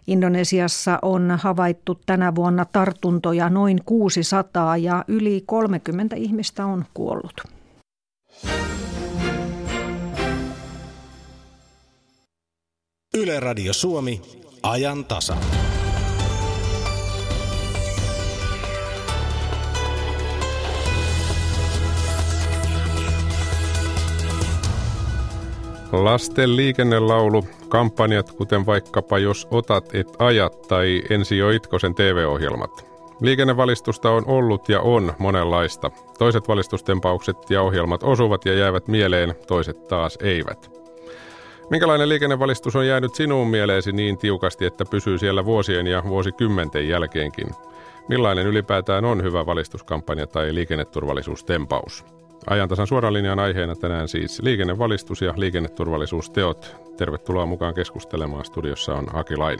Indonesiassa on havaittu tänä vuonna tartuntoja noin 600 ja yli 30 ihmistä on kuollut. Yle Radio Suomi, ajan tasa. Lasten liikennelaulu, kampanjat kuten vaikkapa Jos otat et aja tai Ensio Itkosen TV-ohjelmat. Liikennevalistusta on ollut ja on monenlaista. Toiset valistustempaukset ja ohjelmat osuvat ja jäävät mieleen, toiset taas eivät. Minkälainen liikennevalistus on jäänyt sinuun mieleesi niin tiukasti, että pysyy siellä vuosien ja vuosikymmenten jälkeenkin? Millainen ylipäätään on hyvä valistuskampanja tai liikenneturvallisuustempaus? Ajantasan suoran linjan aiheena tänään siis liikennevalistus ja liikenneturvallisuusteot. Tervetuloa mukaan keskustelemaan. Studiossa on Aki Laine.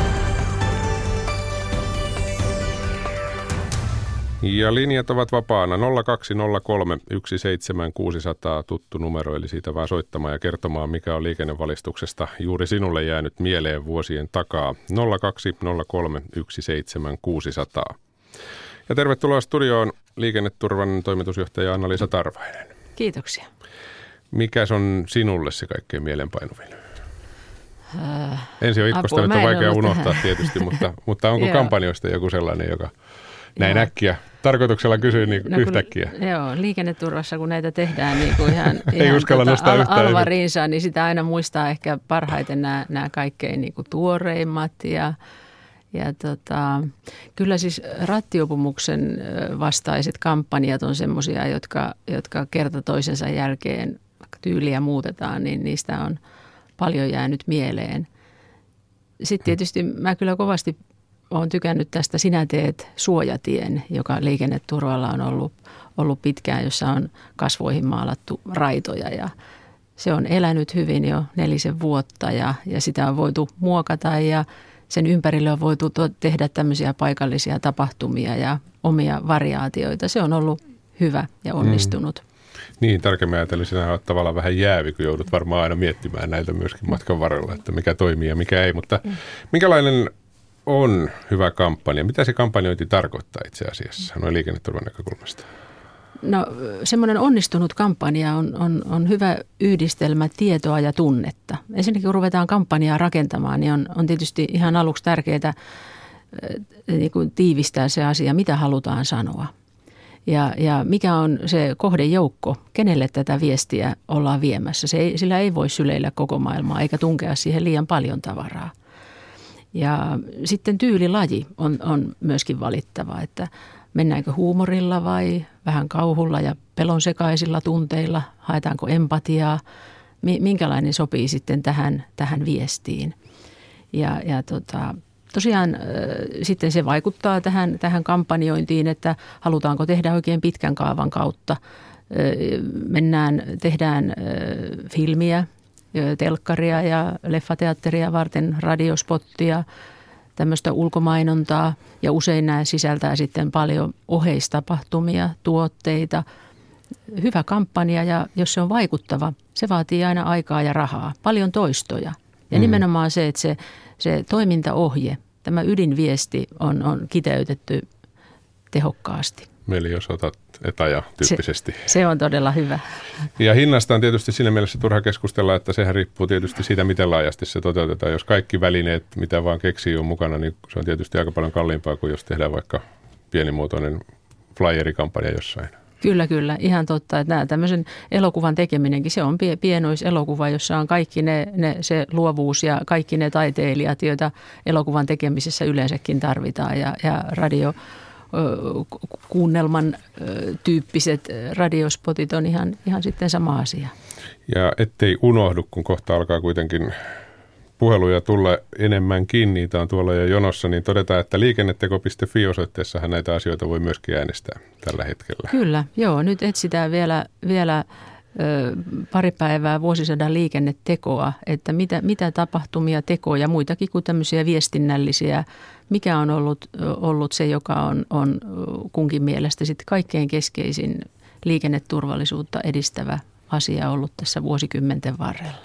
Ja linjat ovat vapaana 0203 17600 tuttu numero, eli siitä vaan soittamaan ja kertomaan, mikä on liikennevalistuksesta juuri sinulle jäänyt mieleen vuosien takaa. 0203 17600. Ja tervetuloa studioon liikenneturvan toimitusjohtaja Anna-Liisa Tarvainen. Kiitoksia. Mikäs on sinulle se kaikkein mielenpainuvin? Ensio Itkosta nyt on vaikea unohtaa tietysti, mutta onko kampanjoista joku sellainen, joka näin äkkiä tarkoituksella kysyy niin yhtäkkiä? Joo, liikenneturvassa kun näitä tehdään niin kuin ihan ei uskalla nostaa yhtään alvariinsa, niin sitä aina muistaa ehkä parhaiten nämä kaikkein niin kuin tuoreimmat ja kyllä siis rattijuopumuksen vastaiset kampanjat on semmoisia, jotka kerta toisensa jälkeen tyyliä muutetaan, niin niistä on paljon jäänyt mieleen. Sitten tietysti mä kyllä kovasti olen tykännyt tästä Sinä teet suojatien, joka liikenneturvalla on ollut pitkään, jossa on kasvoihin maalattu raitoja ja se on elänyt hyvin jo 4 vuotta ja sitä on voitu muokata ja sen ympärille on voitu tehdä tämmöisiä paikallisia tapahtumia ja omia variaatioita. Se on ollut hyvä ja onnistunut. Niin, tarkemmin ajatellen sinä olet tavallaan vähän jäävi, kun joudut varmaan aina miettimään näitä myöskin matkan varrella, että mikä toimii ja mikä ei. Mutta minkälainen on hyvä kampanja? Mitä se kampanjointi tarkoittaa itse asiassa noin liikenneturvan näkökulmasta? No semmoinen onnistunut kampanja on hyvä yhdistelmä tietoa ja tunnetta. Ensinnäkin kun ruvetaan kampanjaa rakentamaan, niin on tietysti ihan aluksi tärkeää niin kuin tiivistää se asia, mitä halutaan sanoa. Ja mikä on se kohdejoukko, kenelle tätä viestiä ollaan viemässä. Sillä ei voi syleillä koko maailmaa eikä tunkea siihen liian paljon tavaraa. Ja sitten tyylilaji on myöskin valittava, että mennäänkö huumorilla vai vähän kauhulla ja pelonsekaisilla tunteilla, haetaanko empatiaa, minkälainen sopii sitten tähän viestiin. Tosiaan sitten se vaikuttaa tähän kampanjointiin, että halutaanko tehdä oikein pitkän kaavan kautta. Tehdään filmiä, telkkaria ja leffateatteria varten, radiospottia, tämmöistä ulkomainontaa ja usein nämä sisältää sitten paljon oheistapahtumia, tuotteita. Hyvä kampanja ja jos se on vaikuttava, se vaatii aina aikaa ja rahaa, paljon toistoja. Ja nimenomaan se, että se toimintaohje, tämä ydinviesti on kiteytetty tehokkaasti. Eli jos otat et aja tyyppisesti. Se on todella hyvä. Ja hinnasta on tietysti siinä mielessä turha keskustella, että sehän riippuu tietysti siitä, miten laajasti se toteutetaan. Jos kaikki välineet, mitä vaan keksii, on mukana, niin se on tietysti aika paljon kalliimpaa kuin jos tehdään vaikka pienimuotoinen flyerikampanja jossain. Kyllä. Ihan totta, että tämmöisen elokuvan tekeminenkin, se on pienoiselokuva, jossa on kaikki se luovuus ja kaikki ne taiteilijat, joita elokuvan tekemisessä yleensäkin tarvitaan ja kuunnelman tyyppiset radiospotit on ihan sitten sama asia. Ja ettei unohdu, kun kohta alkaa kuitenkin puheluja tulla enemmänkin, niitä on tuolla jo jonossa, niin todetaan, että liikenneteko.fi-osoitteessahan näitä asioita voi myöskin äänestää tällä hetkellä. Kyllä, joo. Nyt etsitään vielä pari päivää vuosisadan liikennetekoa, että mitä tapahtumia, tekoja, muitakin kuin tämmöisiä viestinnällisiä, mikä on ollut se, joka on kunkin mielestä sitten kaikkein keskeisin liikenneturvallisuutta edistävä asia ollut tässä vuosikymmenten varrella.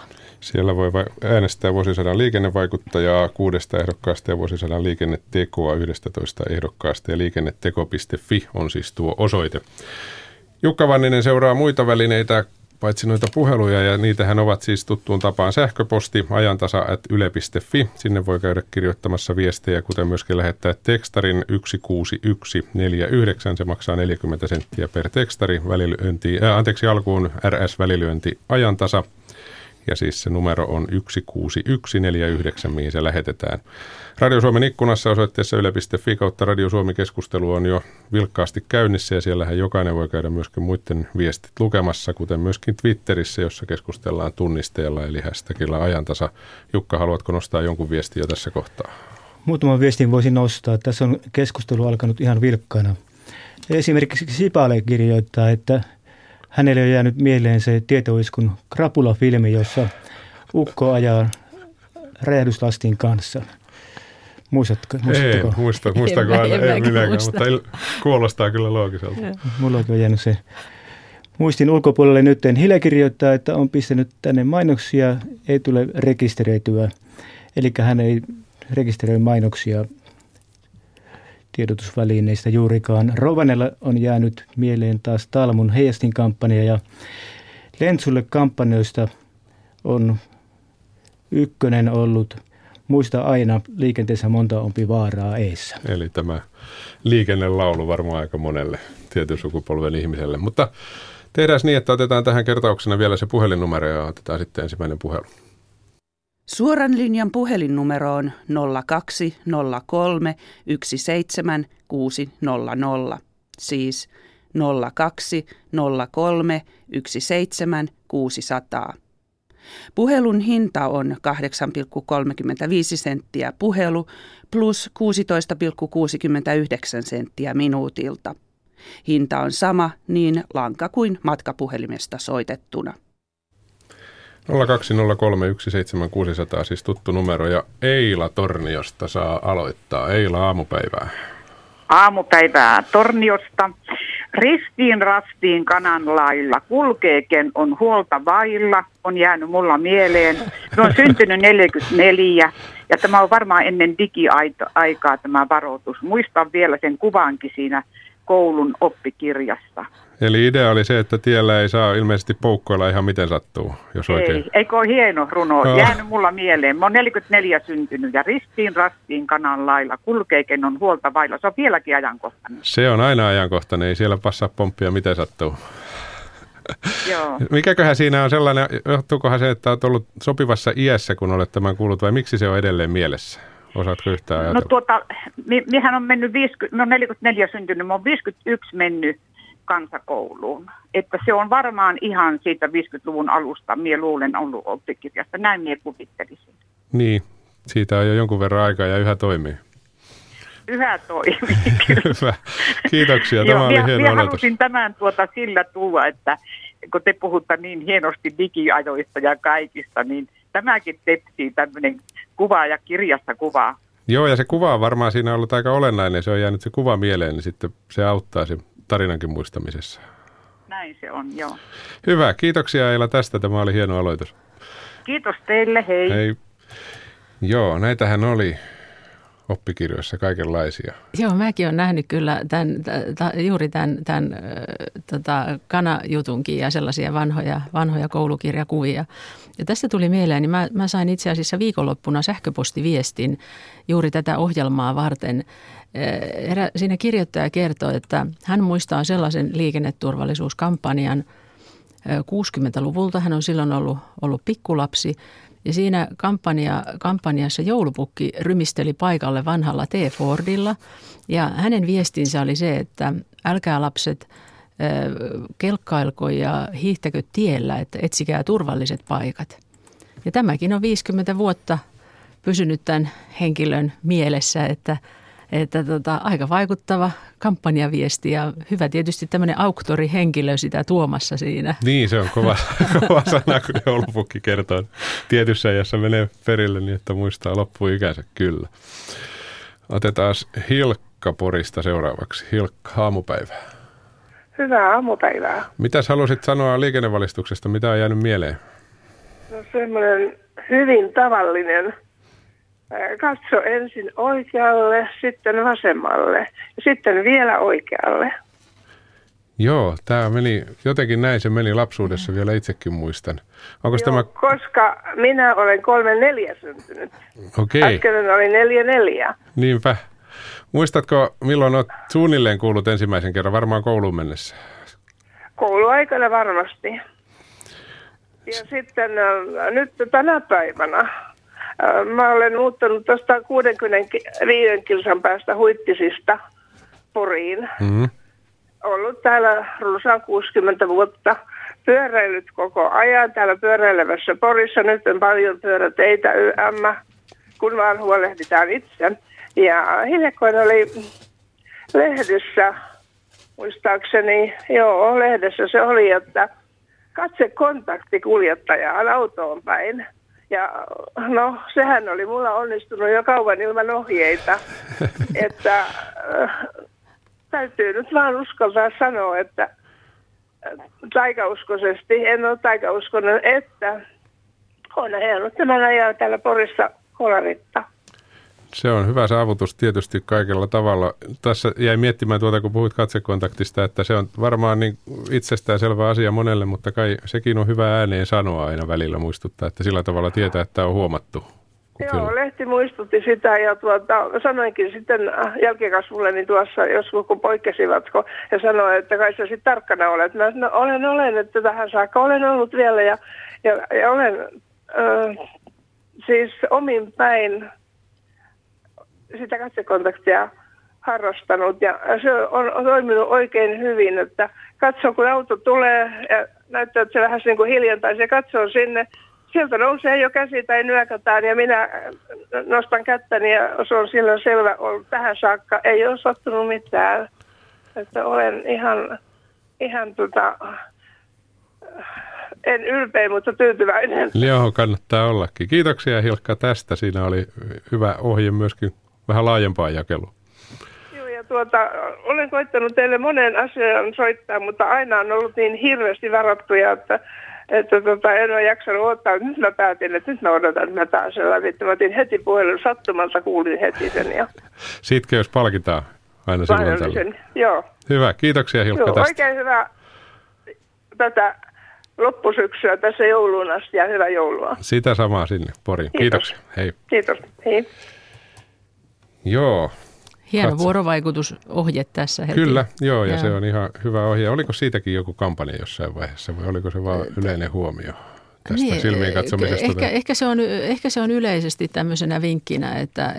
Siellä voi äänestää vuosisadan liikennevaikuttajaa 6 ehdokkaasta ja vuosisadan liikennetekoa 11 ehdokkaasta. Ja liikenneteko.fi on siis tuo osoite. Jukka Vanninen seuraa muita välineitä, paitsi noita puheluja, ja niitähän ovat siis tuttuun tapaan sähköposti ajantasa@yle.fi. Sinne voi käydä kirjoittamassa viestejä, kuten myöskin lähettää tekstarin 16149. Se maksaa 40 senttiä per tekstari. Alkuun RS-välilyönti ajantasa. Ja siis se numero on 16149, mihin se lähetetään. Radio Suomen ikkunassa osoitteessa yle.fi kautta Radio Suomi-keskustelu on jo vilkkaasti käynnissä, ja siellähän jokainen voi käydä myöskin muiden viestit lukemassa, kuten myöskin Twitterissä, jossa keskustellaan tunnisteella eli hashtagilla ajantasa. Jukka, haluatko nostaa jonkun viestin jo tässä kohtaa? Muutaman viestin voisin nostaa. Tässä on keskustelu alkanut ihan vilkkaana. Esimerkiksi Sipale kirjoittaa, että hänelle on jäänyt mieleen se Tietoiskun Krapula-filmi, jossa ukko ajaa räjähdyslastin kanssa. Muistatko? Ei, muistaako aina? Ei minäkään, mutta kuulostaa kyllä loogiselta. Mulla on jäänyt se muistin ulkopuolelle nyt. Hile kirjoittaa, että on pistänyt tänne mainoksia, ei tule rekisteröityä. Eli hän ei rekisteröi mainoksia tiedotusvälineistä juurikaan. Rovanella on jäänyt mieleen taas Talmun heijastinkampanja, ja Lentsulle kampanjoista on ykkönen ollut muista aina liikenteessä monta ompi vaaraa eessä. Eli tämä liikennelaulu varmaan aika monelle tietyn sukupolven ihmiselle. Mutta tehdään niin, että otetaan tähän kertauksena vielä se puhelinnumero ja otetaan sitten ensimmäinen puhelu. Suoran linjan puhelinnumero on 0203 17600, siis 0203 17600. Puhelun hinta on 8,35 senttiä puhelu plus 16,69 senttiä minuutilta. Hinta on sama niin lanka- kuin matkapuhelimesta soitettuna. 020317600, siis tuttu numero, ja Eila Torniosta saa aloittaa. Eila, aamupäivää. Aamupäivää Torniosta. Ristiin rastiin kanan lailla kulkeeken on huolta vailla, on jäänyt mulla mieleen. Mä oon syntynyt 44 ja tämä on varmaan ennen digiaikaa tämä varoitus. Muistan vielä sen kuvankin siinä koulun oppikirjassa. Eli idea oli se, että tiellä ei saa ilmeisesti poukkoilla ihan miten sattuu, jos oikein. Ei, eikö ole hieno runo? Jäänyt mulla mieleen. Mä oon 44 syntynyt ja ristiin rastiin kanan lailla kulkeeken on huolta vailla. Se on vieläkin ajankohtainen. Se on aina ajankohtainen, ei siellä passaa pomppia miten sattuu. Joo. Mikäköhän siinä on sellainen, johtuukohan se, että olet ollut sopivassa iässä, kun olet tämän kuullut, vai miksi se on edelleen mielessä? Osaatko yhtään ajatella? No minähän on mennyt 50, mä oon 44 syntynyt, mä oon 51 mennyt kansakouluun. Että se on varmaan ihan siitä 50-luvun alusta, minä luulen, ollut oppikirjasta. Näin minä kuvittelisin. Niin, siitä on jo jonkun verran aikaa ja yhä toimii. Yhä toimii, kyllä. Hyvä. Kiitoksia, tämä oli hieno aloitus. Minä halusin tämän sillä tuua, että kun te puhutte niin hienosti digiajoista ja kaikista, niin tämäkin tepsii tämmöinen kuva ja kirjassa kuvaa. Joo, ja se kuva on varmaan siinä ollut aika olennainen. Se on jäänyt se kuva mieleen, niin sitten se auttaa se tarinankin muistamisessa. Näin se on, joo. Hyvä, kiitoksia Eila tästä. Tämä oli hieno aloitus. Kiitos teille, hei. Hei. Joo, näitähän oli oppikirjoissa kaikenlaisia. Joo, mäkin olen nähnyt kyllä juuri tämän kanajutunkin ja sellaisia vanhoja koulukirjakuvia. Ja tästä tuli mieleen, niin mä sain itse asiassa viikonloppuna sähköpostiviestin juuri tätä ohjelmaa varten. Siinä kirjoittaja kertoi, että hän muistaa sellaisen liikenneturvallisuuskampanjan 60-luvulta. Hän on silloin ollut pikkulapsi. Ja siinä kampanjassa joulupukki rymisteli paikalle vanhalla T-Fordilla. Ja hänen viestinsä oli se, että älkää lapset kelkkailko ja hiihtäkö tiellä, että etsikää turvalliset paikat. Ja tämäkin on 50 vuotta pysynyt tämän henkilön mielessä, että aika vaikuttava kampanjaviesti ja hyvä tietysti tämmöinen auktorihenkilö sitä tuomassa siinä. Niin, se on kova sana, kun joulupukki kertoo. Tietyssä ajassa menee perille niin, että muistaa loppuikänsä kyllä. Otetaan Hilkka Porista seuraavaksi. Hilkka, aamupäivää. Hyvää aamupäivää. Mitäs halusit sanoa liikennevalistuksesta? Mitä on jäänyt mieleen? No semmoinen hyvin tavallinen. Katso ensin oikealle, sitten vasemmalle ja sitten vielä oikealle. Joo, tämä meni, jotenkin näin se meni lapsuudessa, vielä itsekin muistan. Onko Joo, tämä... koska minä olen 3-4 syntynyt. Okei. Äsken oli 4-4. Niinpä. Muistatko, milloin olet suunnilleen kuullut ensimmäisen kerran, varmaan kouluun mennessä? Kouluaikana varmasti. Ja sitten nyt tänä päivänä mä olen muuttanut tuosta 65 kilsan päästä Huittisista Poriin. Mm-hmm. Ollut täällä runsaan 60 vuotta. Pyöräillyt koko ajan täällä pyöräilevässä Porissa. Nyt on paljon pyöräteitä YM, kun vaan huolehditaan itse. Ja hiljakkoin oli lehdessä, muistaakseni, lehdessä se oli, että katsekontakti kuljettajaan autoon päin. Ja no, sehän oli mulla onnistunut jo kauan ilman ohjeita, että täytyy nyt vaan uskaltaa sanoa, että taikauskoisesti, en ole taikauskonen, että olen ajanut tämän ajan täällä Porissa kolaritta. Se on hyvä saavutus tietysti kaikella tavalla. Tässä jäi miettimään kun puhuit katsekontaktista, että se on varmaan niin itsestäänselvä asia monelle, mutta kai sekin on hyvä ääneen sanoa aina välillä muistuttaa, että sillä tavalla tietää, että on huomattu. Joo, lehti muistutti sitä ja sanoinkin sitten jälkikasvulleni tuossa joskus, kun poikkesivatko, ja sanoi, että kai sä sitten tarkkana olet. Mä olen, että tähän saakka olen ollut vielä ja olen siis omin päin sitä katsekontaktia harrastanut ja se on toiminut oikein hyvin, että katsoo kun auto tulee ja näyttää, että se vähän niin kuin hiljentää, se katsoo sinne, sieltä nousee jo käsi tai nyökätään ja minä nostan kättäni ja se on silloin selvä ollut tähän saakka, ei ole sattunut mitään, että olen ihan en ylpeä, mutta tyytyväinen. Joo, kannattaa ollakin. Kiitoksia Hilkka tästä, siinä oli hyvä ohje myöskin vähän laajempaa jakelua. Joo, ja olen koittanut teille monen asian soittaa, mutta aina on ollut niin hirveästi varattuja, että en ole jaksanut odottaa. Nyt mä päätin, että nyt mä odotan, että mä pääsen läpi. Mä otin heti puhelun sattumalta, kuulin heti sen. Ja Sitkeys palkitaan aina silloin tällä. Joo. Hyvä, kiitoksia Hilkka tästä. Oikein hyvä tätä loppusyksyä tässä jouluun asti ja hyvää joulua. Sitä samaa sinne Poriin. Kiitoksia. Hei. Kiitos. Hei. Joo. Hieno vuorovaikutusohje tässä heti. Kyllä, joo, ja se on ihan hyvä ohje. Oliko siitäkin joku kampanja jossain vaiheessa vai oliko se vaan yleinen huomio tästä silmiin katsomisesta? Ehkä se on yleisesti tämmöisenä vinkkinä, että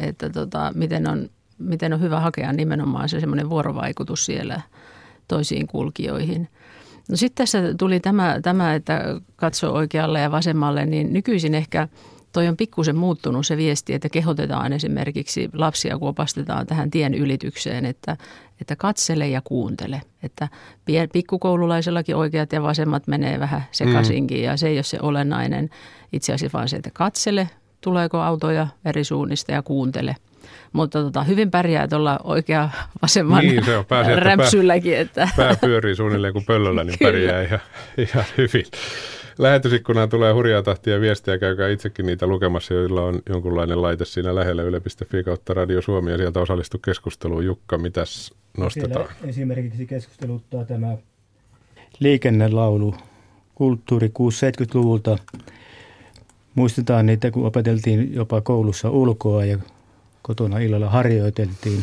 miten on hyvä hakea nimenomaan se semmoinen vuorovaikutus siellä toisiin kulkijoihin. No sitten tässä tuli tämä, että katsoo oikealle ja vasemmalle, niin nykyisin ehkä toi on pikkusen muuttunut se viesti, että kehotetaan esimerkiksi lapsia, kun opastetaan tähän tien ylitykseen, että katsele ja kuuntele. Että pikkukoululaisellakin oikeat ja vasemmat menee vähän sekaisinkin ja se ei ole se olennainen itse asiassa, vaan se, että katsele, tuleeko autoja eri suunnista ja kuuntele. Mutta hyvin pärjää tuolla oikea vasemman rämpsylläkin. Pää pyörii suunnilleen kuin pöllöllä, niin pärjää ihan hyvin. Lähetysikkunaan tulee hurjaa tahtia viestiä, käykää itsekin niitä lukemassa, joilla on jonkunlainen laite siinä lähellä yle.fi/Radio Suomi ja sieltä osallistu keskusteluun. Jukka, mitäs nostetaan? Siellä esimerkiksi keskusteluttaa tämä liikennelaulu, kulttuuri 60-70-luvulta. Muistetaan niitä, kun opeteltiin jopa koulussa ulkoa ja kotona illalla harjoiteltiin.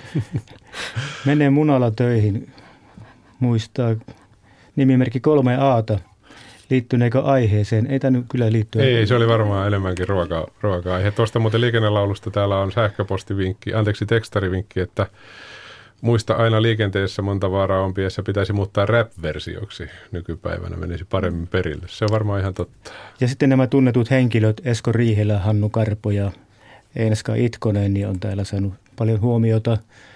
Menee munalla töihin, muistaa nimimerkki 3A:ta. Liittyneekö aiheeseen? Ei tämä nyt kyllä liittyä. Ei, se oli varmaan enemmänkin ruoka-aihe. Tuosta muuten liikennelaulusta täällä on tekstarivinkki, että muista aina liikenteessä monta vaaraa on piessä pitäisi muuttaa rap-versioksi nykypäivänä, menisi paremmin perille. Se on varmaan ihan totta. Ja sitten nämä tunnetut henkilöt, Esko Riihelä, Hannu Karpo ja Enska Itkonen, niin on täällä saanut paljon huomiota,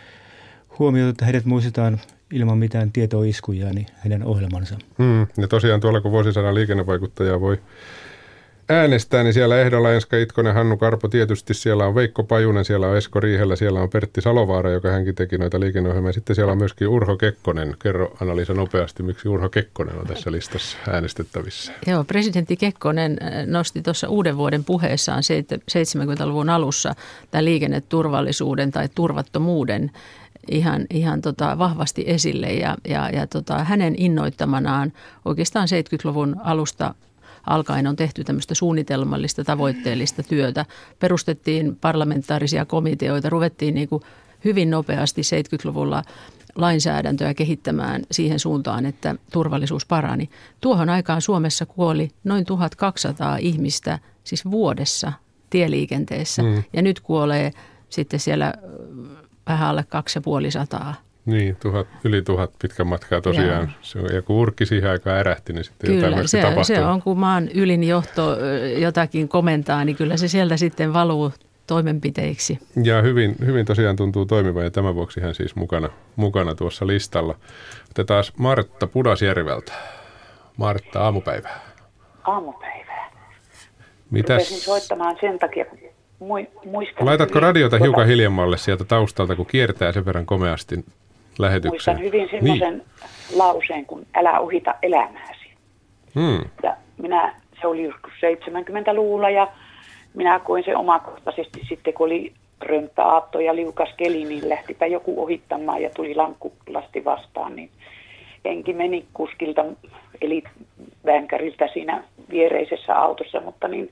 että heidät muistetaan ilman mitään tietoiskuja, niin heidän ohjelmansa. Ja tosiaan tuolla kun vuosisadan liikennevaikuttajaa voi äänestää, niin siellä ehdolla Enska Itkonen, Hannu Karpo tietysti, siellä on Veikko Pajunen, siellä on Esko Riihellä, siellä on Pertti Salovaara, joka hänkin teki noita liikenneohjelmia. Sitten siellä on myöskin Urho Kekkonen. Kerro Anna-Liisa nopeasti, miksi Urho Kekkonen on tässä listassa äänestettävissä. Joo, presidentti Kekkonen nosti tuossa uuden vuoden puheessaan 70-luvun alussa tämän liikenneturvallisuuden tai turvattomuuden ihan vahvasti esille ja hänen innoittamanaan oikeastaan 70-luvun alusta alkaen on tehty tämmöistä suunnitelmallista, tavoitteellista työtä. Perustettiin parlamentaarisia komiteoita, ruvettiin niin kuin hyvin nopeasti 70-luvulla lainsäädäntöä kehittämään siihen suuntaan, että turvallisuus parani. Tuohon aikaan Suomessa kuoli noin 1200 ihmistä siis vuodessa tieliikenteessä ja nyt kuolee sitten siellä vähän alle 250. Niin, yli 1000 pitkän matkaa tosiaan. Ja kun urkki siihen aikaan ärähti, niin sitten jotain myöskin tapahtuu. Se on, kun maan ylin johto jotakin komentaa, niin kyllä se sieltä sitten valuu toimenpiteiksi. Ja hyvin tosiaan tuntuu toimivan ja tämän vuoksi hän siis mukana tuossa listalla. Otetaan Martta Pudasjärveltä. Martta, aamupäivää. Aamupäivää. Mitäs? Rupesin soittamaan sen takia, kun muistan... Laitatko radiota hiukan hiljemmalle sieltä taustalta, kun kiertää sen verran komeasti lähetykseen? Muistan hyvin semmoisen lauseen, kun älä ohita elämääsi. Ja se oli joskus 70-luvulla ja minä koin sen omakohtaisesti sitten, kun oli rönttäaatto ja liukas keli, niin lähtipä joku ohittamaan ja tuli lankkulasti vastaan, niin henki meni kuskilta, eli vänkäriltä siinä viereisessä autossa, mutta niin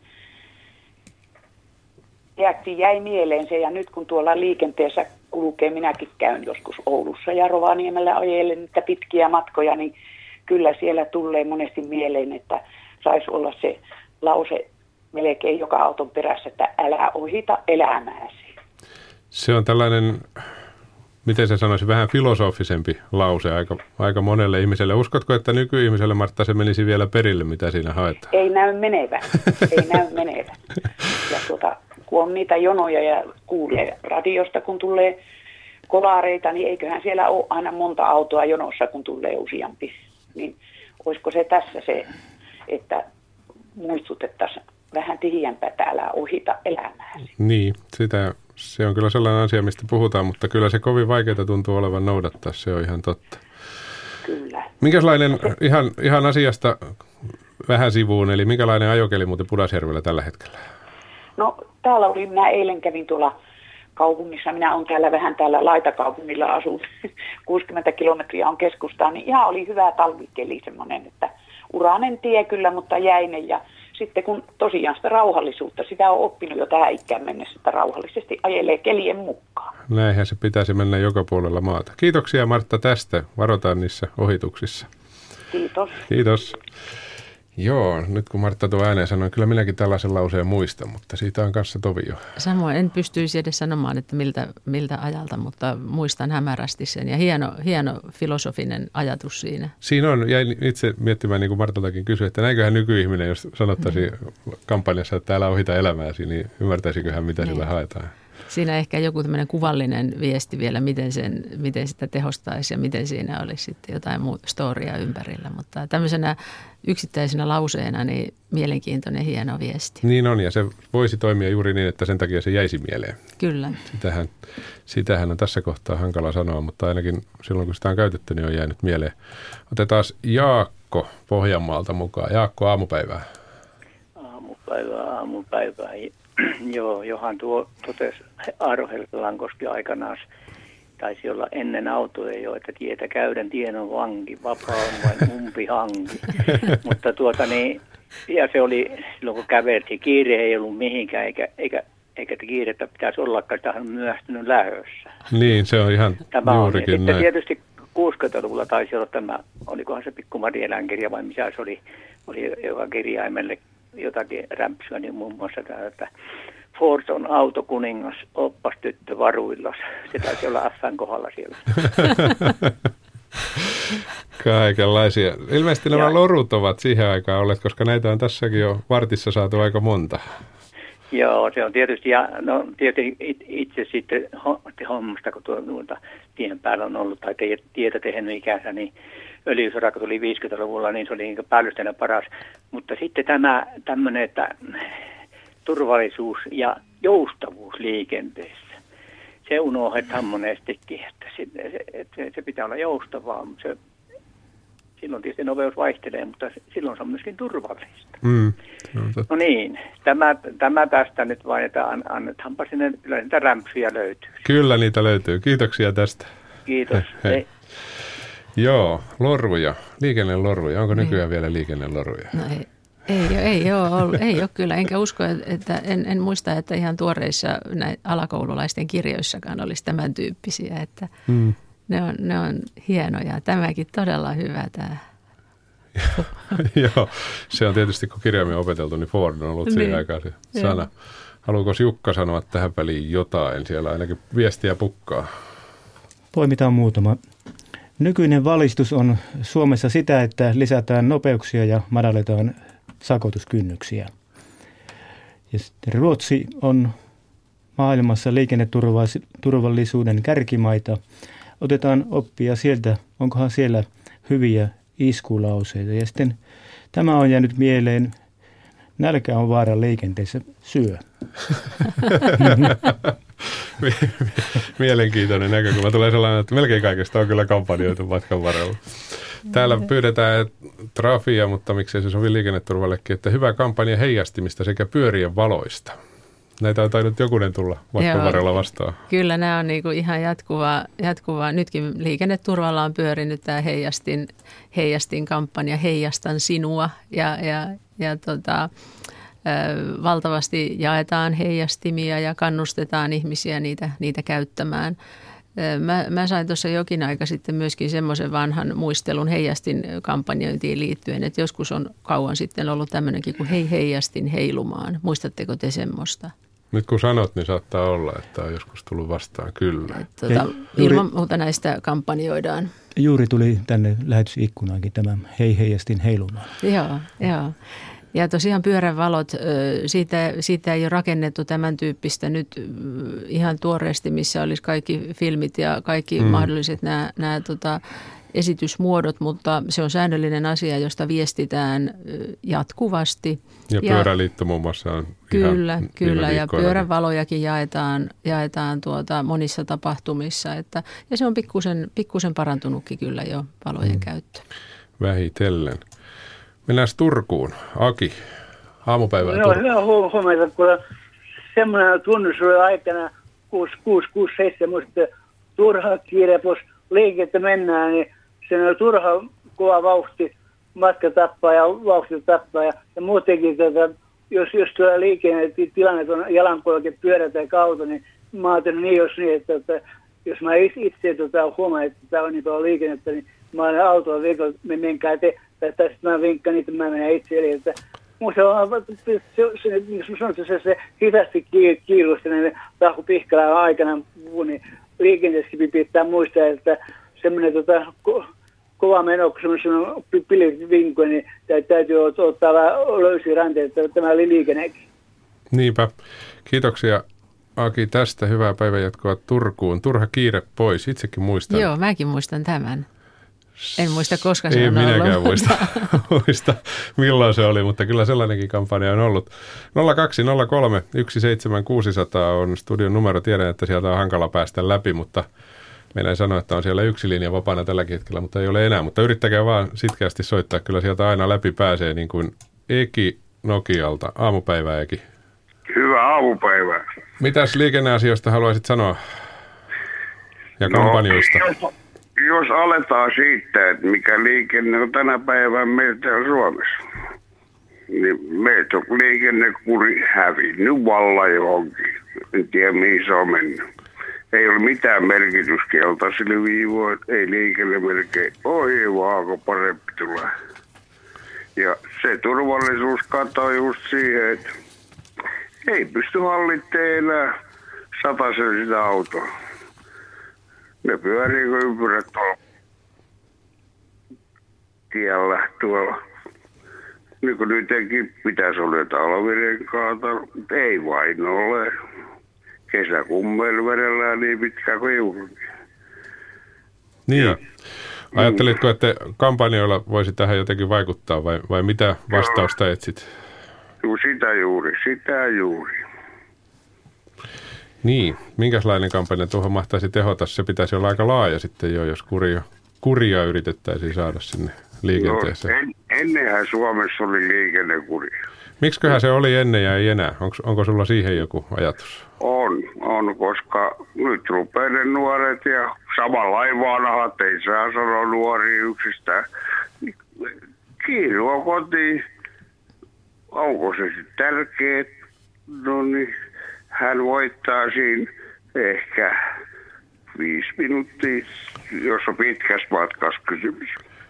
jäi mieleen se, ja nyt kun tuolla liikenteessä kulkee, minäkin käyn joskus Oulussa ja Rovaniemellä ajelen niitä pitkiä matkoja, niin kyllä siellä tulee monesti mieleen, että saisi olla se lause melkein joka auton perässä, että älä ohita elämääsi. Se on tällainen, miten se sanoisi, vähän filosofisempi lause aika monelle ihmiselle. Uskotko, että nykyihmiselle, Martta, se menisi vielä perille, mitä siinä haetaan? Ei näy menevän. Ja kun on niitä jonoja ja kuulee radiosta, kun tulee kolareita, niin eiköhän siellä ole aina monta autoa jonossa, kun tulee useampi. Niin olisiko se tässä se, että muistutettaisiin vähän tihiämpää, että älä ohita elämääsi. Niin, se on kyllä sellainen asia, mistä puhutaan, mutta kyllä se kovin vaikeaa tuntuu olevan noudattaa, se on ihan totta. Kyllä. Minkälainen, ihan asiasta vähän sivuun, eli minkälainen ajokeli muuten Pudasjärvellä tällä hetkellä? No täällä minä eilen kävin tuolla kaupungissa, minä olen täällä laitakaupungilla asun, 60 kilometriä on keskustaan, niin ihan oli hyvä talvikeli semmoinen, että urainen tie kyllä, mutta jäinen ja sitten kun tosiaan sitä rauhallisuutta, sitä on oppinut jo tähän ikään mennessä, että rauhallisesti ajelee kelien mukaan. Näinhän se pitäisi mennä joka puolella maata. Kiitoksia Martta tästä. Varotaan niissä ohituksissa. Kiitos. Joo, nyt kun Martta tuo ääneen sanoi, kyllä minäkin tällaisen lauseen muistan, mutta siitä on kanssa tovi jo. Samoin en pystyisi edes sanomaan, että miltä ajalta, mutta muistan hämärästi sen ja hieno filosofinen ajatus siinä. Siinä on, jäin itse miettimään, niin kuin Martaltakin kysyi, että näinköhän nykyihminen, jos sanottaisiin kampanjassa, että täällä ohita elämääsi, niin ymmärtäisiköhän, mitä sillä haetaan? Siinä ehkä joku tämmöinen kuvallinen viesti vielä, miten sitä tehostaisi ja miten siinä olisi sitten jotain muuta storia ympärillä. Mutta tämmöisenä yksittäisenä lauseena niin mielenkiintoinen, hieno viesti. Niin on, ja se voisi toimia juuri niin, että sen takia se jäisi mieleen. Kyllä. Sitähän on tässä kohtaa hankala sanoa, mutta ainakin silloin kun sitä on käytetty, niin on jäänyt mieleen. Otetaan Jaakko Pohjanmaalta mukaan. Jaakko, aamupäivää. Aamupäivää. Joo, johan totesi Aaro Helppelankoski aikanaan, taisi olla ennen autoja jo, että tietä käydän tien on vanki, vapaa on vain umpi hanki. Mutta ja se oli silloin kun käveltiin, kiire ei ollut mihinkään, eikä kiirettä pitäisi ollakaan, sitä on myöhästynyt lähdössä. Niin, se on ihan juurikin näin. Sitten tietysti 60-luvulla taisi olla tämä, olikohan se Pikku Marielan kirja vai missä se oli joka kirjaimelle jotakin rämpsyä, niin muun muassa tämä, että Ford on autokuningas, oppas tyttö varuillas. Se taisi olla F:n kohdalla siellä. Kaikenlaisia. Ilmeisesti nämä lorut ovat siihen aikaan olleet, koska näitä on tässäkin jo vartissa saatu aika monta. Joo, se on tietysti, ja no tietysti itse sitten hommasta, kun tuolta tien päällä on ollut tai tietä tehnyt ikänsä, niin öljysora, kun tuli 50-luvulla, niin se oli niin päällystenä paras. Mutta sitten tämä tämmöinen, että turvallisuus ja joustavuus liikenteessä, se unohdetaan monestikin, että se pitää olla joustavaa, mutta silloin tietysti nopeus vaihtelee, mutta silloin se on myöskin turvallista. No niin, tämä tästä nyt vain, että annetaanpa sinne, kyllä niitä rämpsyjä löytyy. Kyllä niitä löytyy. Kiitoksia tästä. Kiitos. Hei. Joo, lorvuja, liikennelorvuja. Onko nykyään vielä liikennelorvuja? No ei ole kyllä, enkä usko, että en muista, että ihan tuoreissa alakoululaisten kirjoissakaan olisi tämän tyyppisiä, että ne on hienoja. Tämäkin todella hyvä tämä. Joo, se on tietysti, kun kirjaimia on opeteltu, niin Ford on ollut siihen aikaan se sana. Haluaako Jukka sanoa tähän väliin jotain? Siellä ainakin viestiä pukkaa. Poimitaan muutama. Nykyinen valistus on Suomessa sitä, että lisätään nopeuksia ja madalletaan sakotuskynnyksiä. Ja sitten Ruotsi on maailmassa liikenneturvallisuuden kärkimaita. Otetaan oppia sieltä, onkohan siellä hyviä iskulauseita. Ja sitten tämä on jäänyt mieleen, nälkä on vaara liikenteessä, syö. Mielenkiintoinen näkökulma. Tulee sellainen, että melkein kaikesta on kyllä kampanjoitu matkan varrella. Täällä pyydetään trafia, mutta miksei se sovi liikenneturvallekin, että hyvä kampanja heijastimista sekä pyörien valoista. Näitä on tainnut jokunen tulla matkan varrella vastaan. Kyllä nämä on niinku ihan jatkuvaa. Nytkin liikenneturvalla on pyörinyt tämä heijastin kampanja, heijastan sinua ja valtavasti jaetaan heijastimia ja kannustetaan ihmisiä niitä käyttämään. Mä sain tuossa jokin aika sitten myöskin semmoisen vanhan muistelun heijastin kampanjointiin liittyen, että joskus on kauan sitten ollut tämmöinenkin kuin hei heijastin heilumaan. Muistatteko te semmoista? Nyt kun sanot, niin saattaa olla, että on joskus tullut vastaan, kyllä. Ilman muuta näistä kampanjoidaan. Juuri tuli tänne lähetysikkunaankin tämä hei heijastin heilumaan. Joo. Ja tosiaan pyörävalot, siitä ei ole rakennettu tämän tyyppistä nyt ihan tuoreesti, missä olisi kaikki filmit ja kaikki mahdolliset nämä esitysmuodot, mutta se on säännöllinen asia, josta viestitään jatkuvasti. Ja Pyöräliitto muun muassa on Kyllä, ja pyörävalojakin jaetaan monissa tapahtumissa, ja se on pikkusen parantunutkin kyllä jo valojen käyttö. Vähitellen. Mennään Turkuun. Aki, aamupäivää. No, hyvä huomenta, kun semmoinen tunnus oli aikana 6-7, muista turha kiire, jos liikettä mennään, niin se on turha kova vauhti, matka tappaa ja vauhti tappaa. Ja muutenkin, jos tuolla liikennetilanne on jalankulke, pyörä tai auto, niin mä ajattelen niin, että jos mä itse huomaan, että tämä on niin tuolla liikennettä, niin mä olen autolla viikolla, menkää te. Tai sitten mä vinkkaan niitä, mä menen itse. Eli että musta on se hitaasti kiirusti tahku pihkälään aikana, niin liikenteessäkin pitää muistaa, että semmoinen kova meno, kun semmoinen pilvivinkko, niin täytyy ottaa vähän löysiä ranteita, että tämä oli liikennekin. Niinpä. Kiitoksia Aki tästä. Hyvää päivänjatkoa Turkuun. Turha kiire pois. Itsekin muistan. Joo, mäkin muistan tämän. En muista, koska se on ollut. Ei minäkään muista, milloin se oli, mutta kyllä sellainenkin kampanja on ollut. 0203 17600 on studion numero. Tiedän, että sieltä on hankala päästä läpi, mutta meillä ei sano, että on siellä yksi linja vapaana tälläkin hetkellä, mutta ei ole enää. Mutta yrittäkää vaan sitkeästi soittaa, kyllä sieltä aina läpi pääsee, niin kuin Eki Nokialta. Aamupäivää, Eki. Hyvää aamupäivää. Mitäs liikenneasioista haluaisit sanoa ja kampanjoista? Jos aletaan siitä, että mikä liikenne on tänä päivänä meiltä Suomessa, niin meiltä on liikennekuri hävinnyt vallan johonkin. En tiedä, mihin se on mennyt. Ei ole mitään merkityskeltaisille viivoille, ei liikennemerkejä. Oi vaan, kun parempi tulee. Ja se turvallisuus katoo just siihen, että ei pysty hallitsemaan enää 100 sitä autoa. Ne pyörii kuin ympyrät tuolla tiellä tuolla. niin kuin nytkin pitäisi olla talvirenkaata, mutta ei vain ole. Kesäkummel vedellään niin pitkään kuin juurikin. Niin. Ja, ajattelitko, että kampanjoilla voisi tähän jotenkin vaikuttaa vai mitä vastausta etsit? Sitä juuri. Niin, minkälainen kampanja tuohon mahtaisi tehota? Se pitäisi olla aika laaja sitten jo, jos kuria yritettäisiin saada sinne liikenteeseen. No, ennenhän Suomessa oli liikennekuria. Miksiköhän se oli ennen ja ei enää? Onko sulla siihen joku ajatus? On, koska nyt rupeaa ne nuoret ja samalla vanhat, ei saa sanoa nuori yksistään. Kiirua kotiin. Onko se sitten tärkeä? No niin, hän voittaa siinä ehkä 5 minuuttia, jos on pitkässä matkassa kysymys.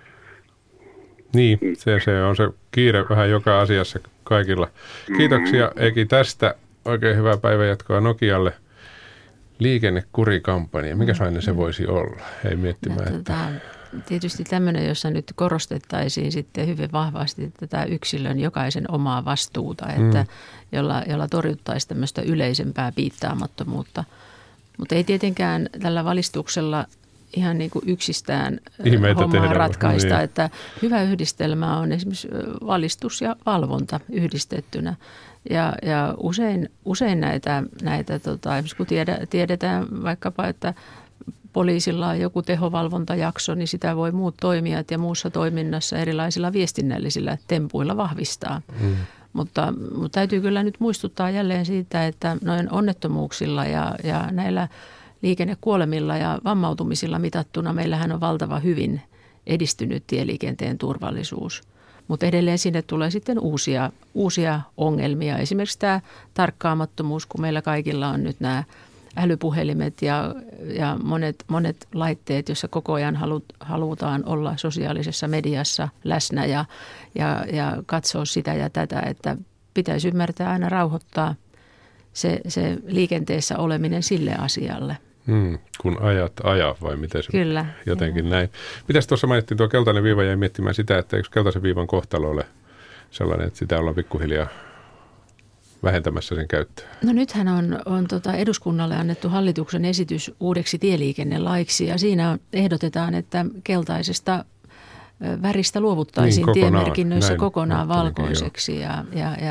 Niin, se on se kiire vähän joka asiassa kaikilla. Kiitoksia Eki tästä. Oikein hyvää päivänjatkoa Nokialle. Liikennekurikampanja, mikäslainen se voisi olla? Ei miettimään. Tietysti tämmöinen, jossa nyt korostettaisiin sitten hyvin vahvasti tätä yksilön jokaisen omaa vastuuta, että jolla torjuttaisiin tämmöistä yleisempää piittaamattomuutta. Mutta ei tietenkään tällä valistuksella ihan niin kuin yksistään hommaa ratkaista, niin. Että hyvä yhdistelmä on esimerkiksi valistus ja valvonta yhdistettynä. Ja usein näitä esimerkiksi kun tiedetään vaikkapa, että poliisilla on joku tehovalvontajakso, niin sitä voi muut toimijat ja muussa toiminnassa erilaisilla viestinnällisillä tempuilla vahvistaa. Mutta täytyy kyllä nyt muistuttaa jälleen siitä, että noin onnettomuuksilla ja näillä liikennekuolemilla ja vammautumisilla mitattuna meillähän on valtava hyvin edistynyt tieliikenteen turvallisuus. Mutta edelleen sinne tulee sitten uusia ongelmia. Esimerkiksi tämä tarkkaamattomuus, kun meillä kaikilla on nyt nämä älypuhelimet ja monet laitteet, joissa koko ajan halutaan olla sosiaalisessa mediassa läsnä ja katsoa sitä ja tätä, että pitäisi ymmärtää aina rauhoittaa se liikenteessä oleminen sille asialle. Kun ajaa vai miten se Kyllä, jotenkin näin. Mitäs tuossa mainittiin tuo keltainen viiva, jäi miettimään sitä, että eikö keltaisen viivan kohtalo ole sellainen, että sitä ollaan pikkuhiljaa vähentämässä sen käyttöä? No nythän on eduskunnalle annettu hallituksen esitys uudeksi tieliikennelaiksi ja siinä ehdotetaan, että keltaisesta väristä luovuttaisiin tiemerkinnöissä kokonaan valkoiseksi ja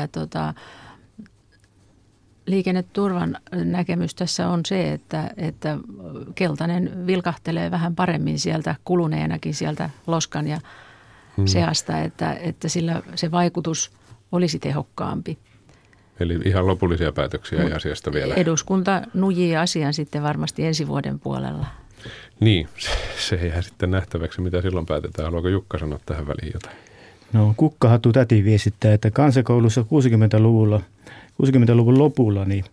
liikenneturvan näkemys tässä on se, että keltainen vilkahtelee vähän paremmin sieltä kuluneenakin sieltä loskan ja seasta, että sillä se vaikutus olisi tehokkaampi. Eli ihan lopullisia päätöksiä ei asiasta vielä. Eduskunta nujii asian sitten varmasti ensi vuoden puolella. Niin, se jää sitten nähtäväksi, mitä silloin päätetään. Haluaako Jukka sanoa tähän väliin jotain? No Kukkahattu täti viestittää, että kansakoulussa 60-luvun lopulla niin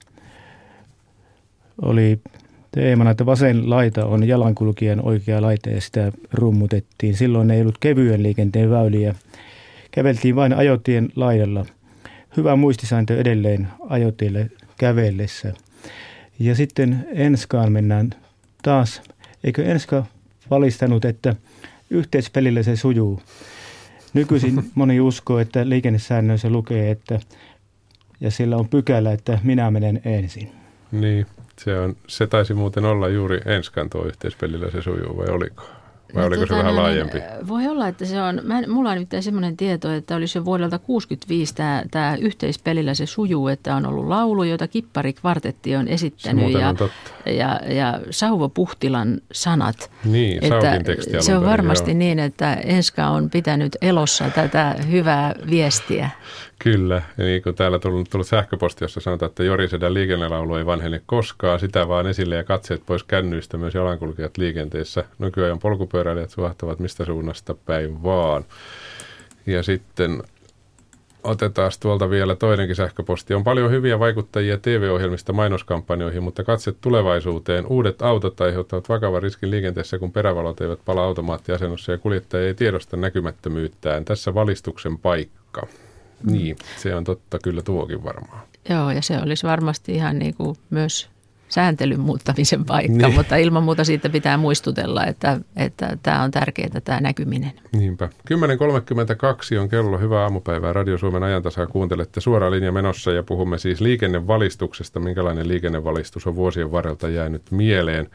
oli teemana, että vasen laita on jalankulkijan oikea laita ja sitä rummutettiin. Silloin ei ollut kevyen liikenteen väyliä. Käveltiin vain ajotien laidalla. Hyvä muistisääntö edelleen ajotielle kävellessä. Ja sitten Enskaan mennään taas. Eikö Enska valistanut, että yhteispelillä se sujuu? Nykyisin moni uskoo, että liikennesäännöissä lukee, että ja sillä on pykälä, että minä menen ensin. Niin, se taisi muuten olla juuri Enskan tuo yhteispelillä se sujuu, vai oliko? Vai oliko se vähän laajempi? Voi olla, että se on, mulla on nimittäin semmoinen tieto, että olisi jo vuodelta 1965 tämä yhteispelillä se sujuu, että on ollut laulu, jota Kippari-kvartetti on esittänyt ja Sauvo Puhtilan sanat. Niin, Saukin teksti se on varmasti niin, että Enska on pitänyt elossa tätä hyvää viestiä. Kyllä, ja niin kuin täällä tullut sähköposti, jossa sanotaan, että Jori Sedän liikennelaulu ei vanhene koskaan, sitä vaan esille ja katseet pois kännyistä myös jalankulkijat liikenteessä. Nykyajan polkupyöräilijät suhahtavat mistä suunnasta päin vaan. Ja sitten otetaan tuolta vielä toinenkin sähköposti. On paljon hyviä vaikuttajia TV-ohjelmista mainoskampanjoihin, mutta katse tulevaisuuteen. Uudet autot aiheuttavat vakavan riskin liikenteessä, kun perävalot eivät pala automaattiasennossa ja kuljettaja ei tiedosta näkymättömyyttään. Tässä valistuksen paikka. Niin, se on totta kyllä tuokin varmaan. Joo, ja se olisi varmasti ihan niin kuin myös sääntelyn muuttamisen paikka, niin. Mutta ilman muuta siitä pitää muistutella, että tämä on tärkeää, tämä näkyminen. Niinpä. 10.32 on kello. Hyvää aamupäivää. Radio Suomen ajantasaa kuuntelette. Suora linja menossa ja puhumme siis liikennevalistuksesta. Minkälainen liikennevalistus on vuosien varrelta jäänyt mieleen.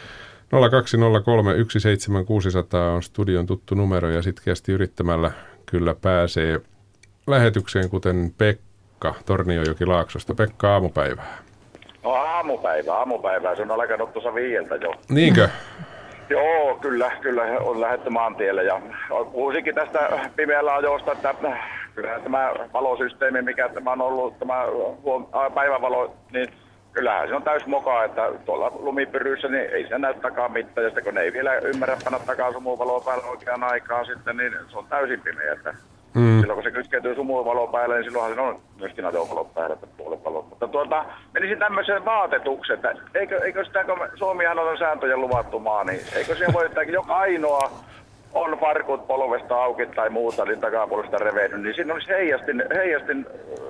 0203 17600 on studion tuttu numero ja sitkeästi yrittämällä kyllä pääsee lähetykseen, kuten Pekka Tornionjoki-Laaksosta. Pekka, aamupäivää. No aamupäivää. Se on alkanut tuossa 5 jo. Niinkö? Joo, kyllä on lähdetty maantielle ja puhuisinkin tästä pimeällä ajosta, että kyllähän tämä valosysteemi, mikä tämä on ollut, tämä päivänvalo, niin kyllähän se on täys moka, että tuolla lumipyryissä niin ei se näy takaa mitään, ja sitten kun ne ei vielä ymmärrä panna takaa sumuvaloa päälle oikeaan aikaan sitten, niin se on täysin pimeä. Että silloin kun se kytkeytyy sumuvaloa päälle, niin silloinhan se on myöskin ajovalon päälle, että puolen valot. Mutta menisin tämmöiseen vaatetukseen, että eikö sitä, kun Suomihan on sääntöjen luvattu maa, niin eikö siihen voi, että joka ainoa on farkut polvesta auki tai muuta, niin takapuolesta revennyt, niin siinä olisi heijastin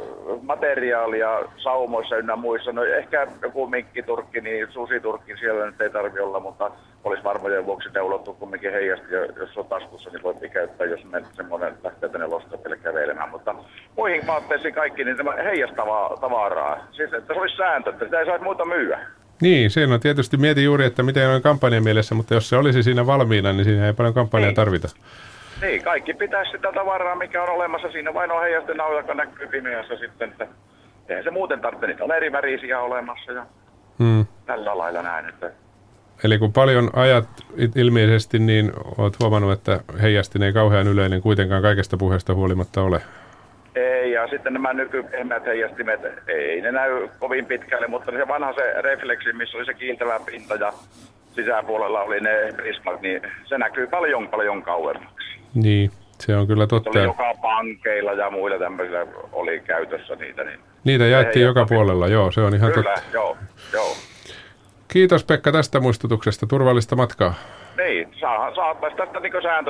materiaalia saumoissa ynnä muissa. No ehkä joku minkkiturkki, niin susiturkki siellä nyt ei tarvitse olla, mutta olisi varmojen vuoksi ne ulottuu kumminkin heijasti. Jos on taskussa, niin voi käyttää, jos semmoinen lähtee tänne lostopille kävelemään. Mutta muihin vaatteisiin kaikki, niin tämä heijastavaa tavaraa. Siis että se olisi sääntö, että sitä ei saisi muuta myyä. Niin, siinä on tietysti mietin juuri, että miten on kampanjan mielessä, mutta jos se olisi siinä valmiina, niin siinä ei paljon kampanjaa tarvita. Niin, kaikki pitäisi sitä tavaraa, mikä on olemassa. Siinä vain on heijasten nauja, joka näkyy pimeässä sitten, että eihän se muuten tarvitse. Niitä on eri värisiä olemassa ja tällä lailla näin. Että eli kun paljon ajat ilmeisesti, niin olet huomannut, että heijastin ei kauhean yleinen kuitenkaan kaikesta puheesta huolimatta ole. Ei, ja sitten nämä nykypehmeät heijastimet, ei ne näy kovin pitkälle, mutta se vanha se refleksi, missä oli se kiiltävä pinta ja sisäpuolella oli ne prismat, niin se näkyy paljon kauemmaksi. Niin, se on kyllä totta. Se oli joka pankeilla ja muilla tämmöisillä oli käytössä niitä. Niitä jaettiin joka puolella, joo, se on ihan kyllä, totta. Joo. Kiitos Pekka tästä muistutuksesta, turvallista matkaa. Niin, saataisiin tästä niin sääntö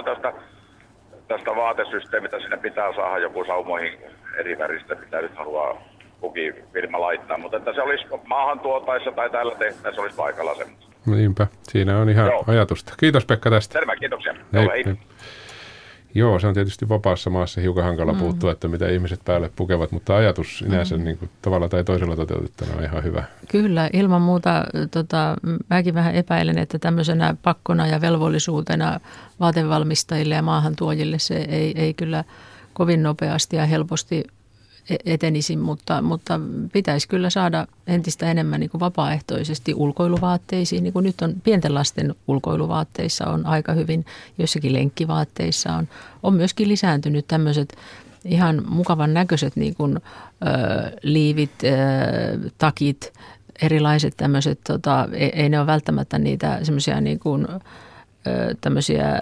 tästä vaatesysteemistä, sinne pitää saada joku saumoihin eri väristä, mitä nyt haluaa kukin firma laittaa, mutta että se olisi maahan tuotaessa tai täällä tehtäessä, se olisi paikalla semmoista. Niinpä, siinä on ihan ajatusta. Kiitos Pekka tästä. Terve, kiitoksia. Hei. Joo, se on tietysti vapaassa maassa hiukan hankala puuttua, että mitä ihmiset päälle pukevat, mutta ajatus sinänsä niin kuin tavalla tai toisella toteutettuna on ihan hyvä. Kyllä, ilman muuta mäkin vähän epäilen, että tämmöisenä pakkona ja velvollisuutena vaatevalmistajille ja maahantuojille se ei kyllä kovin nopeasti ja helposti etenisi, mutta pitäisi kyllä saada entistä enemmän niin kuin vapaaehtoisesti ulkoiluvaatteisiin. Niin kuin nyt on pienten lasten ulkoiluvaatteissa on aika hyvin, joissakin lenkkivaatteissa on myöskin lisääntynyt tämmöiset ihan mukavan näköiset niin kuin, liivit, takit, erilaiset tämmöiset, ei ne ole välttämättä niitä semmoisia niin kuin tämmöisiä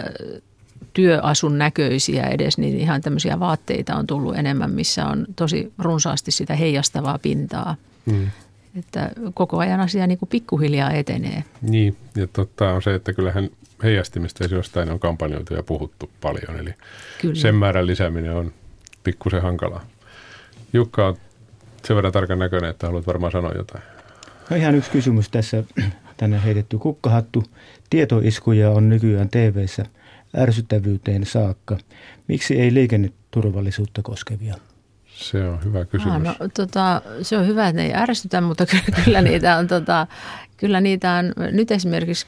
työasun näköisiä edes, niin ihan tämmöisiä vaatteita on tullut enemmän, missä on tosi runsaasti sitä heijastavaa pintaa. Että koko ajan asia niin kuin pikkuhiljaa etenee. Niin, ja totta on se, että kyllähän heijastimista jostain on kampanjoitu ja puhuttu paljon, eli sen määrän lisääminen on pikkusen hankalaa. Jukka on sen verran tarkan näköinen, että haluat varmaan sanoa jotain. No ihan yksi kysymys tässä, tänne heitetty kukkahattu. Tietoiskuja on nykyään TV:ssä ärsyttävyyteen saakka. Miksi ei liikenneturvallisuutta koskevia? Se on hyvä kysymys. Se on hyvä, että ne ei ärsytä, mutta kyllä niitä on nyt esimerkiksi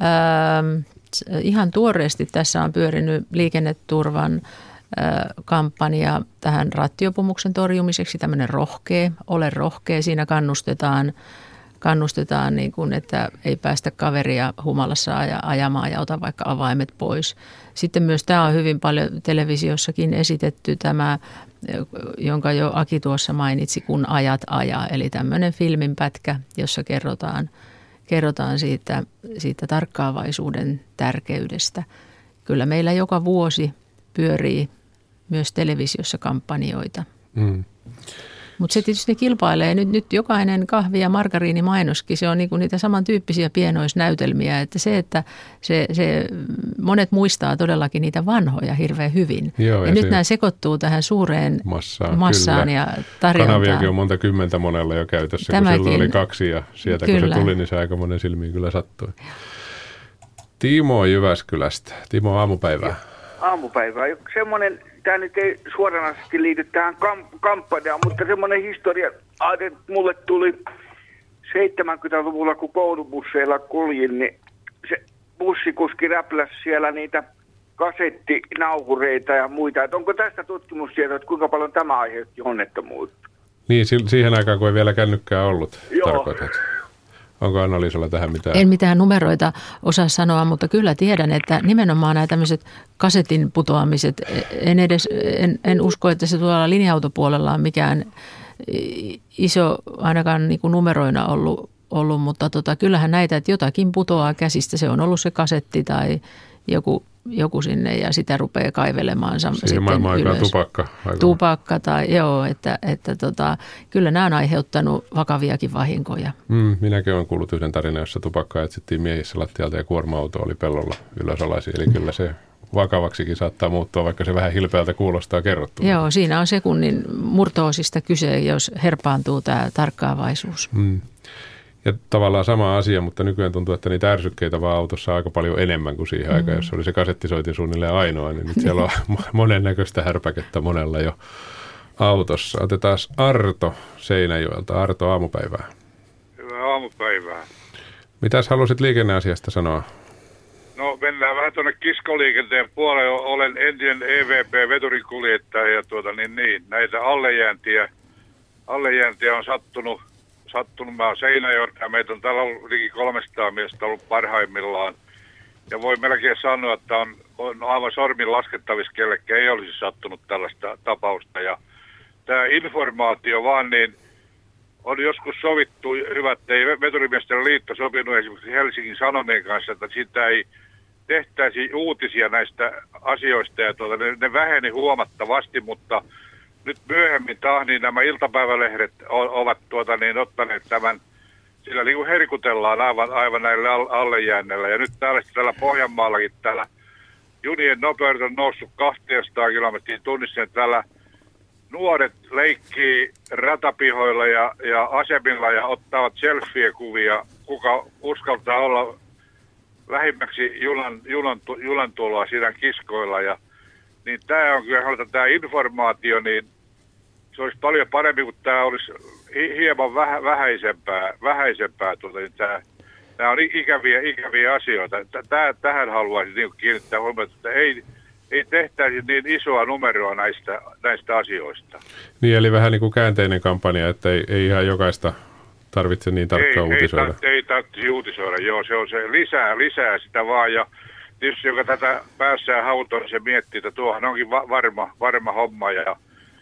ihan tuoreesti tässä on pyörinyt liikenneturvan kampanja tähän rattijuopumuksen torjumiseksi, tämmöinen ole rohkea, siinä kannustetaan niin kuin, että ei päästä kaveria humalassa ajamaan ja ota vaikka avaimet pois. Sitten myös tämä on hyvin paljon televisiossakin esitetty tämä, jonka jo Aki tuossa mainitsi, kun ajat ajaa. Eli tämmöinen filminpätkä, jossa kerrotaan siitä tarkkaavaisuuden tärkeydestä. Kyllä meillä joka vuosi pyörii myös televisiossa kampanjoita. Mutta se tietysti kilpailee. Nyt jokainen kahvi- ja margariinimainoskin, se on niinku niitä samantyyppisiä pienoisnäytelmiä. Että monet muistaa todellakin niitä vanhoja hirveän hyvin. Joo, ja nyt nämä sekoittuu tähän suureen massaan ja tarjontaan. Kanaviakin on monta kymmentä monella jo käytössä, kun silloin oli 2 ja sieltä kun se tuli, niin se aika monen silmiin kyllä sattui. Timo Jyväskylästä. Timo, aamupäivää. Aamupäivää. Semmoinen, tämä nyt ei suoranaisesti liity tähän kampanjaan, mutta semmoinen historia, että mulle tuli 70-luvulla, kun koulubusseilla kuljin, niin se bussikuski räpläsi siellä niitä kasettinauhureita ja muita. Että onko tästä tutkimustietoa, että kuinka paljon tämä aiheutti onnettomuutta? Niin, siihen aikaan, kun ei vielä kännykkää ollut, tarkoitat. Onko Anna-Liisalla tähän mitään? En mitään numeroita osaa sanoa, mutta kyllä tiedän, että nimenomaan nämä tämmöiset kasetin putoamiset, en usko, että se tuolla linja-autopuolella on mikään iso ainakaan niin kuin numeroina ollut, mutta kyllähän näitä, että jotakin putoaa käsistä, se on ollut se kasetti tai joku sinne ja sitä rupeaa kaivelemaan siihen maailman aikaan tupakka tai joo, että kyllä nämä on aiheuttanut vakaviakin vahinkoja. Minäkin olen kuullut yhden tarinan, jossa tupakkaa etsittiin miehissä lattialta ja kuorma-auto oli pellolla ylösalaisin, eli kyllä se vakavaksikin saattaa muuttua, vaikka se vähän hilpeältä kuulostaa kerrottu. Joo, siinä on sekunnin murto-osista kyse, jos herpaantuu tämä tarkkaavaisuus. Ja tavallaan sama asia, mutta nykyään tuntuu, että niitä ärsykkeitä vaan autossa on aika paljon enemmän kuin siihen aikaan. Jos oli se kasettisoitin suunnilleen ainoa, niin nyt siellä on monennäköistä härpäkettä monella jo autossa. Otetaan Arto Seinäjoelta. Arto, aamupäivää. Hyvää aamupäivää. Mitäs halusit liikenneasiasta sanoa? No mennään vähän tuonne kiskoliikenteen puolelle. Olen entinen EVP-veturinkuljettaja ja näitä allejääntiä on sattunut. Mä oon Seinäjoelta ja meitä on täällä ollut liki 300 miestä ollut parhaimmillaan. Ja voi melkein sanoa, että on aivan sormin laskettavissa, kellekään ei olisi sattunut tällaista tapausta. Ja tämä informaatio vaan niin on joskus sovittu, hyvä, että ei Veturimiesten liitto sopinut esimerkiksi Helsingin Sanomien kanssa, että siitä ei tehtäisi uutisia näistä asioista ja ne väheni huomattavasti, mutta nyt myöhemmin taas niin nämä iltapäivälehdet ovat ottaneet tämän, sillä niin kuin herkutellaan aivan näille allejäännellä. Ja nyt täällä Pohjanmaallakin täällä junien nopeudet on noussut 200 kilometriä tunnissa. Täällä nuoret leikkii ratapihoilla ja asemilla ja ottavat selfie-kuvia, kuka uskaltaa olla lähimmäksi junan tuloa siinä kiskoilla. Ja niin tämä on kyllä, tämä informaatio, niin se olisi paljon parempi, kun tämä olisi hieman vähäisempää. Niin tämä on ikäviä asioita. Tähän haluaisin kiinnittää huomiota, että ei tehtäisi niin isoa numeroa näistä asioista. Niin, eli vähän niin kuin käänteinen kampanja, että ei ihan jokaista tarvitse niin tarkkaan uutisoida. Ei tarvitse uutisoida, joo, se lisää sitä vaan ja tietysti, joka tätä päässään hautoon, se miettii, että tuohan onkin varma homma ja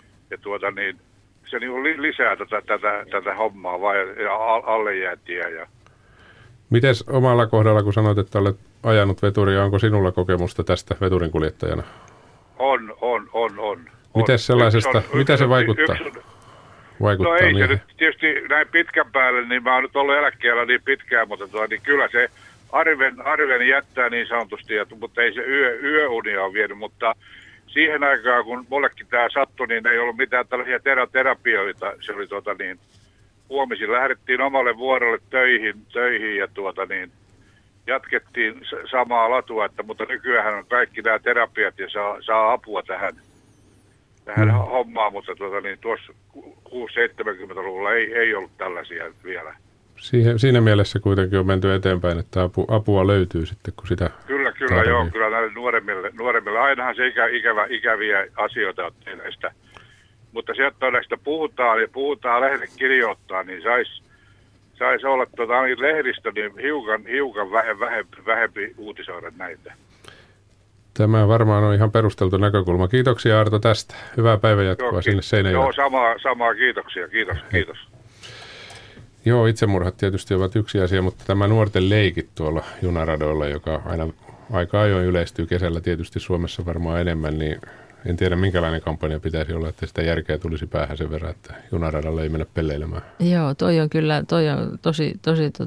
se niin lisää tätä hommaa vai allejäätiä. Ja. Mites omalla kohdalla, kun sanoit, että olet ajanut veturia, onko sinulla kokemusta tästä veturinkuljettajana? On. Mites sellaisesta, mitä se vaikuttaa? No ei se nyt tietysti näin pitkän päälle, niin mä oon nyt ollut eläkkeellä niin pitkään, mutta niin kyllä se arven jättää niin sanotusti, mutta ei se yöunia ole vienyt, mutta siihen aikaan, kun mullekin tämä sattui, niin ei ollut mitään tällaisia terapioita. Se oli huomisin lähdettiin omalle vuorolle töihin ja jatkettiin samaa latua, mutta nykyään on kaikki nämä terapiat ja saa apua tähän hommaan, mutta tuossa 60-70-luvulla ei ollut tällaisia vielä. Siinä mielessä kuitenkin on menty eteenpäin, että apua löytyy sitten, kun sitä Kyllä, joo, kyllä näille nuoremmille. Ainahan se ikäviä asioita on näistä. Mutta sieltä näistä puhutaan lehden kirjoittaa, niin saisi olla lehdistö niin hiukan vähempi uutisoida näitä. Tämä varmaan on ihan perusteltu näkökulma. Kiitoksia Arto tästä. Hyvää päivänjatkoa sinne Seinäjoelle. Joo, samaa kiitoksia. Kiitos. Joo, itsemurhat tietysti ovat yksi asia, mutta tämä nuorten leikit tuolla junaradoilla, joka aina aika ajoin yleistyy kesällä tietysti Suomessa varmaan enemmän, niin En tiedä, minkälainen kampanja pitäisi olla, että sitä järkeä tulisi päähän sen verran, että junaradalla ei mennä pelleilemään. Joo, toi on tosi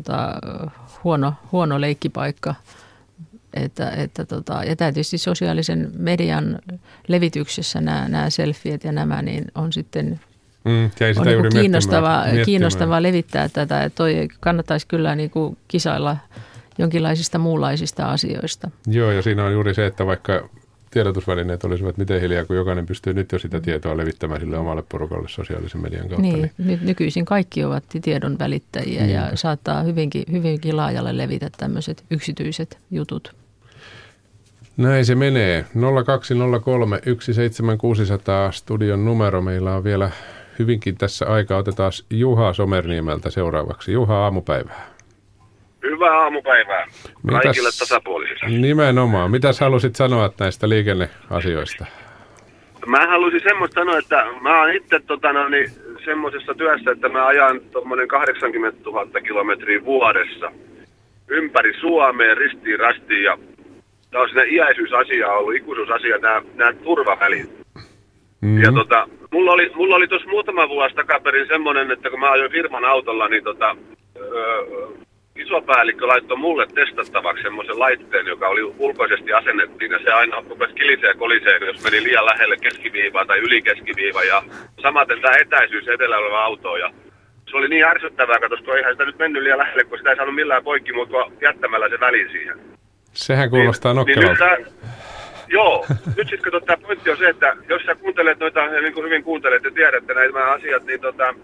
huono leikkipaikka. Ja tietysti sosiaalisen median levityksessä nämä selfiet ja nämä, niin on sitten on niin kiinnostavaa levittää tätä. Että toi kannattaisi kyllä niin kuin kisailla jonkinlaisista muunlaisista asioista. Joo, ja siinä on juuri se, että vaikka tiedotusvälineet olisivat miten hiljaa, kun jokainen pystyy nyt jo sitä tietoa levittämään sille omalle porukalle sosiaalisen median kautta. Niin. Nyt nykyisin kaikki ovat tiedon välittäjiä ja saattaa hyvinkin laajalle levitä tämmöiset yksityiset jutut. Näin se menee. 0203 17600 studion numero. Meillä on vielä hyvinkin tässä aikaa. Otetaan Juha Somerniemeltä seuraavaksi. Juha, aamupäivää. Hyvää aamupäivää. Kaikille tasapuolisista. Nimenomaan. Mitäs halusit sanoa näistä liikenneasioista? Mä haluaisin semmoista sanoa, että mä oon itse semmoisessa työssä, että mä ajan tuommoinen 80 000 kilometriä vuodessa ympäri Suomeen ristiin rastiin, ja tämä on siinä iäisyysasia ollut, ikuisuusasia, nämä turvavälit. Ja mulla oli tuossa muutama vuosi takaperin semmoinen, että kun mä ajoin firman autolla, niin isopäällikkö laittoi mulle testattavaksi semmoisen laitteen, joka oli ulkoisesti asennettiin, ja se aina rupesi kilisee ja kolisee, jos meni liian lähelle keskiviivaa tai yli keskiviivaa, ja samaten tämä etäisyys edellä oleva auto. Ja se oli niin ärsyttävää, koska eihän sitä nyt mennyt liian lähelle, kun sitä ei saanut millään poikki, mutta jättämällä se väliin siihen. Sehän kuulostaa nokkelalta. Joo, nyt sitten kun tämä pointti on se, että jos sä kuuntelet noita, niin kuin hyvin kuuntelet ja tiedätte nämä asiat, niin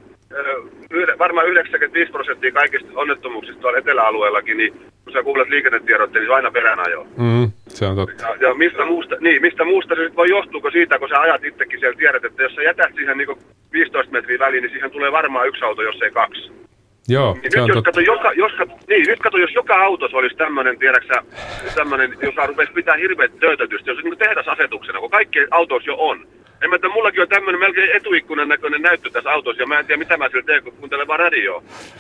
varmaan 95% kaikista onnettomuuksista tuolla eteläalueellakin, niin kun sä kuulet liikennetiedotteen, niin se on aina peräänajo. Se on totta. Ja mistä muusta se nyt voi johtua siitä, kun sä ajat itsekin siellä tiedät, että jos sä jätät siihen niin 15 metriä väliin, niin siihen tulee varmaan yksi auto, jos ei kaksi. Joo, niin se on totta. Jos joka autossa olisi tämmöinen, joka rupesi pitää hirveät töötötystä, jos niin tehdasasetuksena, kun kaikki autoissa jo on. En mä tiedä, mullakin on tämmöinen melkein etuikkunan näköinen näyttö tässä autossa, ja mä en tiedä, mitä mä sillä teen, kun kuuntelen vaan radioa.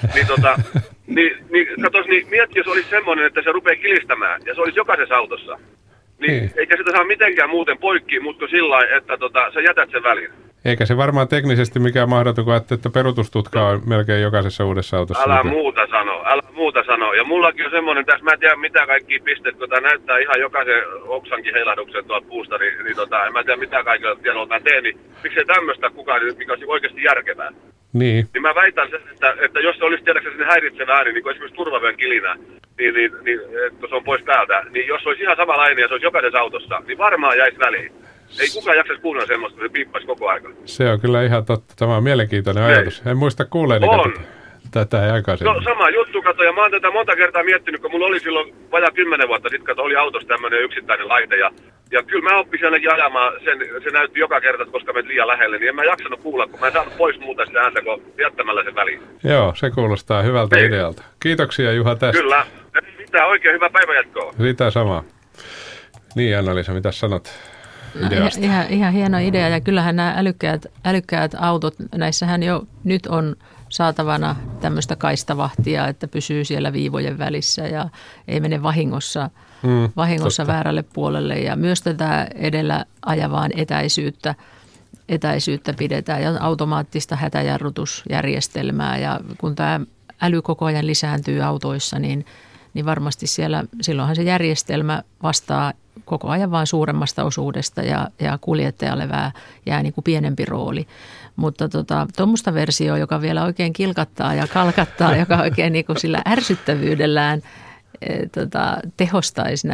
Niin mieti, jos olisi semmoinen, että se rupeaa kilistämään, ja se olisi jokaisessa autossa. Niin. Eikä sitä saa mitenkään muuten poikki, mutta sillä lailla, että sä jätät sen väliin. Eikä se varmaan teknisesti mikään mahdoton, kun että peruutustutka on melkein jokaisessa uudessa autossa. Älä muuta sano. Ja mullakin on semmoinen, tässä mä en tiedä mitä kaikkia pisteet, kun tää näyttää ihan jokaisen oksankin heilahduksen tuolta puusta, niin en mä tiedä mitä kaikilla tienoilla mä teen, niin miksei tämmöistä kukaan, mikä olisi oikeasti järkevää. Niin mä väitän sen, että jos se olisi tiedäkseni häiritsevä ääni, niin kuin esimerkiksi turvavyön kilinä, niin kun se on pois päältä, niin jos se olisi ihan samanlainen ja se olisi jokaisessa autossa, niin varmaan jäisi väliin. Ei kukaan jaksaisi kuunnella semmoista, kun se piippaisi koko ajan. Se on kyllä ihan totta. Tämä on mielenkiintoinen ajatus. En muista kuuleeni tätä aikaisemmin. No sama juttu, kato, ja mä oon tätä monta kertaa miettinyt, kun mulla oli silloin vajaa 10 vuotta sitten, kato, oli autossa tämmöinen yksittäinen laite, ja kyllä mä oppisin ainakin ajamaan, se näytti joka kerta, koska menet liian lähelle, niin en mä jaksanut kuulla, kun mä en saanut pois muuta sitä ääntä, kun jättämällä sen väliin. Joo, se kuulostaa hyvältä idealta. Kiitoksia Juha tästä. Kyllä, mitä oikein hyvä päivänjatkoa. Sitä samaa. Niin Anna-Liisa, mitä sanot ideasta? Ihan hieno idea, ja kyllähän nämä älykkäät autot, näissähän jo nyt on saatavana tämmöistä kaistavahtia, että pysyy siellä viivojen välissä ja ei mene vahingossa väärälle puolelle. Ja myös tätä edellä ajavaan etäisyyttä pidetään ja automaattista hätäjarrutusjärjestelmää. Ja kun tämä äly koko ajan lisääntyy autoissa, niin varmasti silloinhan se järjestelmä vastaa koko ajan vaan suuremmasta osuudesta ja kuljettajalle jää niin kuin pienempi rooli. Mutta tuommoista versiota, joka vielä oikein kilkattaa ja kalkattaa, joka oikein niin kuin sillä ärsyttävyydellään tehostaisi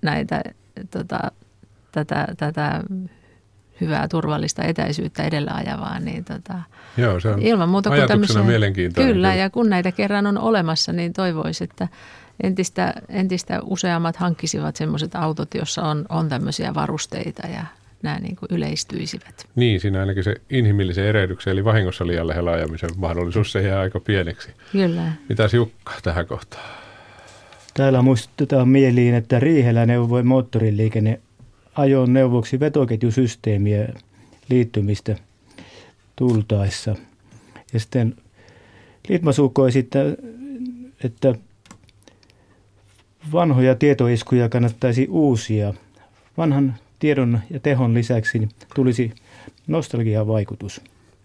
tätä hyvää turvallista etäisyyttä edellä ajavaa, niin joo, se on ilman muuta kuin ajatuksena mielenkiintoinen. Kyllä, ja kun näitä kerran on olemassa, niin toivoisi, että entistä useammat hankkisivat sellaiset autot, jossa on tämmöisiä varusteita ja nämä niin kuin yleistyisivät. Niin, siinä ainakin se inhimillisen erehdyksen eli vahingossa liian lähellä ajamisen mahdollisuus se jää aika pieneksi. Kyllä. Mitäs Jukka tähän kohtaan? Täällä muistutetaan mieliin, että Riihelä neuvoi moottoriliikenne ajoneuvoksi vetoketjusysteemiä liittymistä tultaessa. Ja sitten Litmasuukko esittää, että vanhoja tietoiskuja kannattaisi uusia. Vanhan tiedon ja tehon lisäksi tulisi nostalgiavaikutus.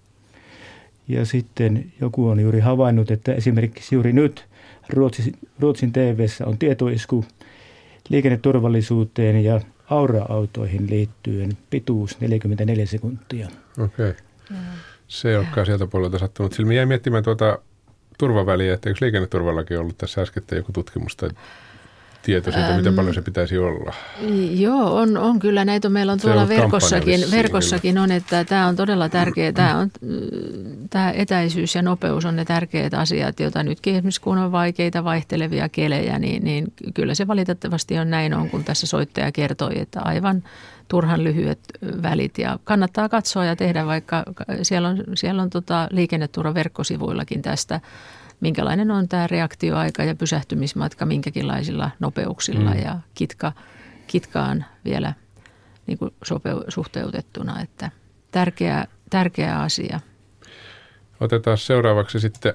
Ja sitten joku on juuri havainnut, että esimerkiksi juuri nyt Ruotsin TV:ssä on tietoisku liikenneturvallisuuteen ja Aura-autoihin liittyen, pituus 44 sekuntia. Okei. Se ei olekaan sieltä puolelta sattunut silmiin. Jäin miettimään turvaväliä, että eikö liikenneturvallakin ollut tässä äsken joku tutkimus tai tieto siitä, miten paljon se pitäisi olla? Joo, on kyllä. Näitä meillä on tuolla verkossakin on, että tämä on todella tärkeä. Tämä etäisyys ja nopeus on ne tärkeät asiat, joita nytkin esimerkiksi kun on vaikeita vaihtelevia kelejä, niin kyllä se valitettavasti on näin on, kun tässä soittaja kertoi, että aivan turhan lyhyet välit ja kannattaa katsoa ja tehdä, vaikka siellä on liikenneturvaverkkosivuillakin tästä, minkälainen on tämä reaktioaika ja pysähtymismatka minkäkinlaisilla nopeuksilla ja kitkaan vielä niin kuin suhteutettuna, että tärkeä asia. Otetaan seuraavaksi sitten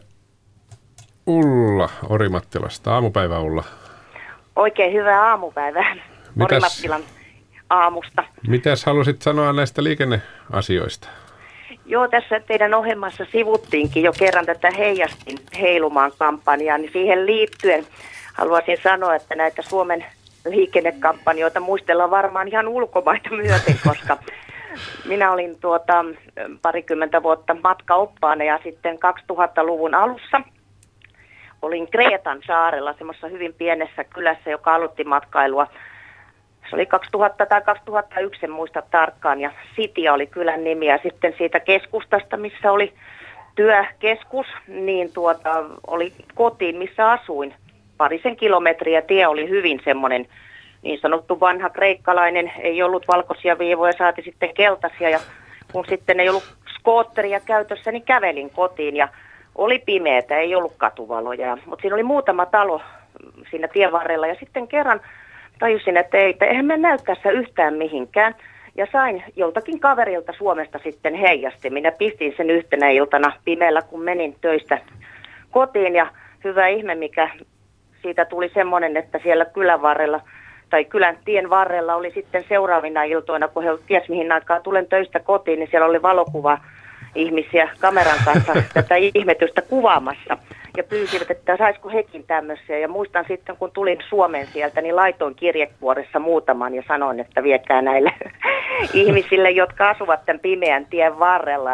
Ulla Orimattilasta. Aamupäivää, Ulla. Oikein hyvää aamupäivää Orimattilan aamusta. Mitäs halusit sanoa näistä liikenneasioista? Joo, tässä teidän ohjelmassa sivuttiinkin jo kerran tätä heijastin heilumaan kampanjaa, niin siihen liittyen haluaisin sanoa, että näitä Suomen liikennekampanjoita muistellaan varmaan ihan ulkomaita myöten, koska minä olin parikymmentä vuotta matkaoppaana ja sitten 2000-luvun alussa olin Kreetan saarella, semmoisessa hyvin pienessä kylässä, joka aloitti matkailua. Se oli 2000 tai 2001, en muista tarkkaan, ja Sitia oli kylän nimi, ja sitten siitä keskustasta, missä oli työkeskus, niin oli kotiin, missä asuin. Parisen kilometriä tie oli hyvin semmoinen niin sanottu vanha kreikkalainen, ei ollut valkoisia viivoja, saati sitten keltaisia, ja kun sitten ei ollut skootteria käytössä, niin kävelin kotiin, ja oli pimeätä, ei ollut katuvaloja, mutta siinä oli muutama talo siinä tien varrella, ja sitten kerran tajusin, että eihän me näy tässä yhtään mihinkään. Ja sain joltakin kaverilta Suomesta sitten heijastimin ja pistin sen yhtenä iltana pimeällä, kun menin töistä kotiin. Ja hyvä ihme, mikä siitä tuli semmoinen, että siellä kylän varrella tai kylän tien varrella oli sitten seuraavina iltoina, kun he ties mihin aikaan tulen töistä kotiin, niin siellä oli valokuva ihmisiä kameran kanssa tätä ihmetystä kuvaamassa. Ja pyysivät, että saisiko hekin tämmöisiä. Ja muistan sitten, kun tulin Suomeen sieltä, niin laitoin kirjekuoressa muutaman ja sanoin, että viekää näille ihmisille, jotka asuvat tämän pimeän tien varrella.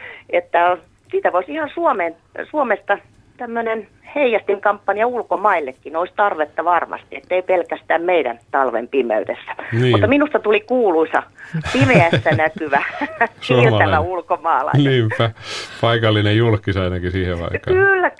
Että siitä voisi ihan Suomesta tämmöinen heijastinkampanja ulkomaillekin. Olisi tarvetta varmasti, ettei pelkästään meidän talven pimeydessä. Niin. Mutta minusta tuli kuuluisa pimeässä näkyvä siirtävä ulkomaalainen. Niinpä. Paikallinen julkis ainakin siihen aikaan.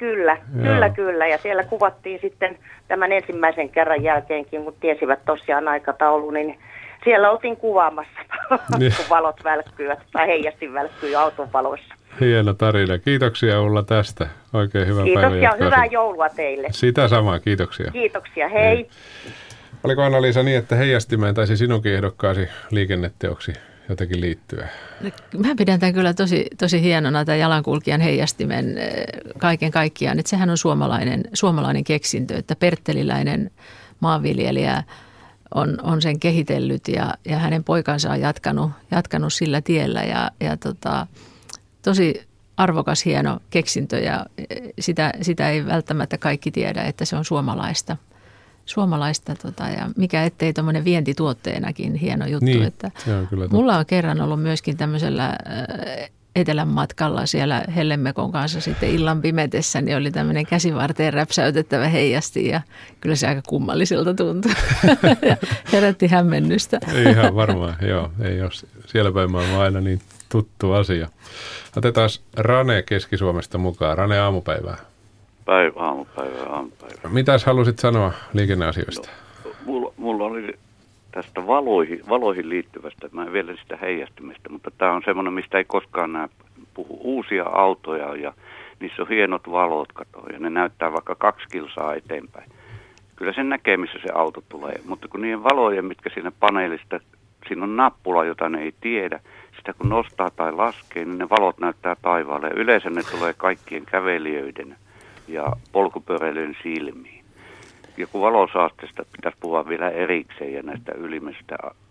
Kyllä. Ja siellä kuvattiin sitten tämän ensimmäisen kerran jälkeenkin, kun tiesivät tosiaan aikataulu, niin siellä oltiin kuvaamassa, kun valot välkkyivät tai heijastin välkkyy auton valoissa. Hieno tarina. Kiitoksia Ulla tästä. Oikein hyvää päivää. Kiitos ja hyvää joulua teille. Sitä samaa, kiitoksia. Kiitoksia, hei. Oliko Anna-Liisa niin, että heijastimeen taisi sinunkin ehdokkaasi liikenneteoksi jotenkin liittyä? Mä pidän tämän kyllä tosi hienona, tämän jalankulkijan heijastimen kaiken kaikkiaan. Että sehän on suomalainen keksintö, että pertteliläinen maanviljelijä on sen kehitellyt ja hänen poikansa on jatkanut sillä tiellä ja tosi arvokas, hieno keksintö ja sitä ei välttämättä kaikki tiedä, että se on suomalaista ja mikä ettei tuommoinen vientituotteenakin hieno juttu. Niin, että mulla on kerran ollut myöskin tämmöisellä etelän matkalla siellä Hellemekon kanssa sitten illan pimetessä, niin oli tämmöinen käsivarteen räpsäytettävä heijasti ja kyllä se aika kummalliselta tuntui ja herätti hämmennystä. Ihan varmaan, joo. Ei ole siellä päin maailmaa aina niin tuttu asia. Otetaan Rane Keski-Suomesta mukaan. Rane, aamupäivää. Aamupäivää. Mitäs halusit sanoa liikenneasioista? No, mulla oli tästä valoihin liittyvästä, mä en vielä sitä heijastimista, mutta tämä on semmoinen, mistä ei koskaan puhu. Uusia autoja ja niissä on hienot valot, ja ne näyttää vaikka 2 kilsaa eteenpäin. Kyllä sen näkee, missä se auto tulee, mutta kun niiden valojen, mitkä siinä paneelista, siinä on nappula, jota ne ei tiedä, sitä kun nostaa tai laskee, niin ne valot näyttää taivaalle ja yleensä ne tulee kaikkien kävelijöiden ja polkupyöräilyjen silmiin. Ja kun valosaasteesta pitäisi puhua vielä erikseen ja näistä ylimmistä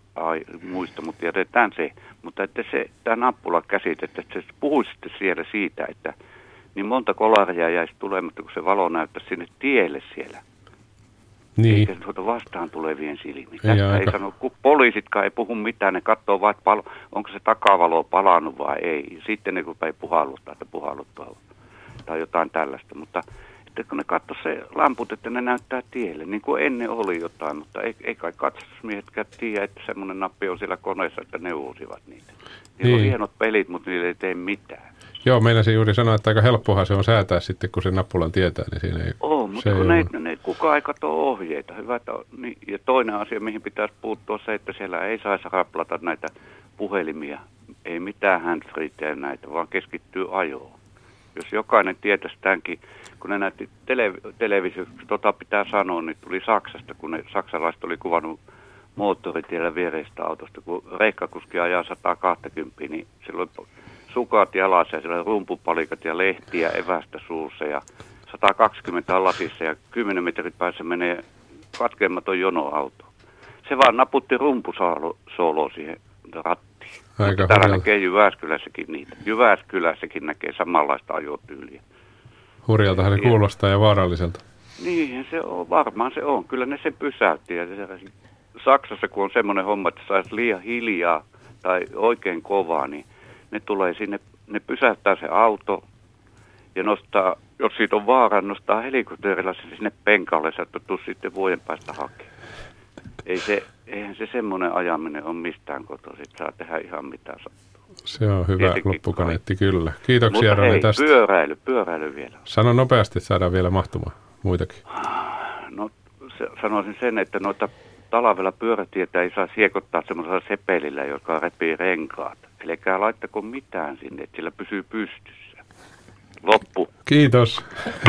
muista, mutta jätetään se. Mutta että tämä nappula käsite, että se puhuisitte siellä siitä, että niin monta kolaria jäisi tulematta, kun se valo näyttäisi sinne tielle siellä. Niin. Eikä tuota vastaan tulevien silmiin. Tästä ei sano, kun poliisitkaan ei puhu mitään, ne katsoo vaan, että onko se takavalo palannut vai ei. Sitten ne rupeaa puhalluttaa tai jotain tällaista. Mutta että kun ne katsoo se lamput, että ne näyttää tielle, niin kuin ennen oli jotain, mutta ei kai katsastusmiehetkään tiedä, että semmoinen nappi on siellä koneessa, että ne uusivat niitä. Niillä on hienot pelit, mutta niille ei tee mitään. Joo, meinasin juuri sanoa, että aika helppohan se on säätää sitten, kun se nappulan tietää, niin siinä ei... Mutta kun ne kukaan ei katso ohjeita. Hyvä, niin, ja toinen asia, mihin pitäisi puuttua, se, että siellä ei saisi raplata näitä puhelimia. Ei mitään handsfreetä ja näitä, vaan keskittyy ajoon. Jos jokainen tietäisi tämänkin, kun ne näytti televisiossa, pitää sanoa, niin tuli Saksasta, kun ne saksalaiset oli kuvannut moottoritiellä viereistä autosta, kun rekkakuski ajaa 120, niin silloin sukat jalassa ja siellä rumpupalikat ja lehtiä evästä suussa ja 120 on lasissa ja 10 metrin päässä menee katkeamaton jonoauto. Se vaan naputti rumpusooloa siihen rattiin. Täällä näkee Jyväskylässäkin niitä. Jyväskylässäkin näkee samanlaista ajotyyliä. Hurjaltahan se kuulostaa ja vaaralliselta. Niin, se on, varmaan se on. Kyllä ne sen pysäytti. Ja Saksassa, kun on semmoinen homma, että saisi liian hiljaa tai oikein kovaa, niin ne tulee sinne, ne pysäyttää se auto ja nostaa, jos siitä on vaara, nostaa helikopterilla sinne penkalle, että tuu sitten vuoden päästä hakemaan. Eihän se semmoinen ajaminen ole mistään kotoisin, että saa tehdä ihan mitä sattuu. Se on hyvä tietenkin loppukaneetti, kyllä. Kiitoksia Roni tästä. Pyöräily vielä. Sano nopeasti, että saadaan vielä mahtumaan muitakin. No sanoisin sen, että noita talvella pyörätietä ei saa siekottaa semmoisella sepelillä, joka repii renkaat. Eli laittako mitään sinne, että sillä pysyy pystyssä. Loppu. Kiitos.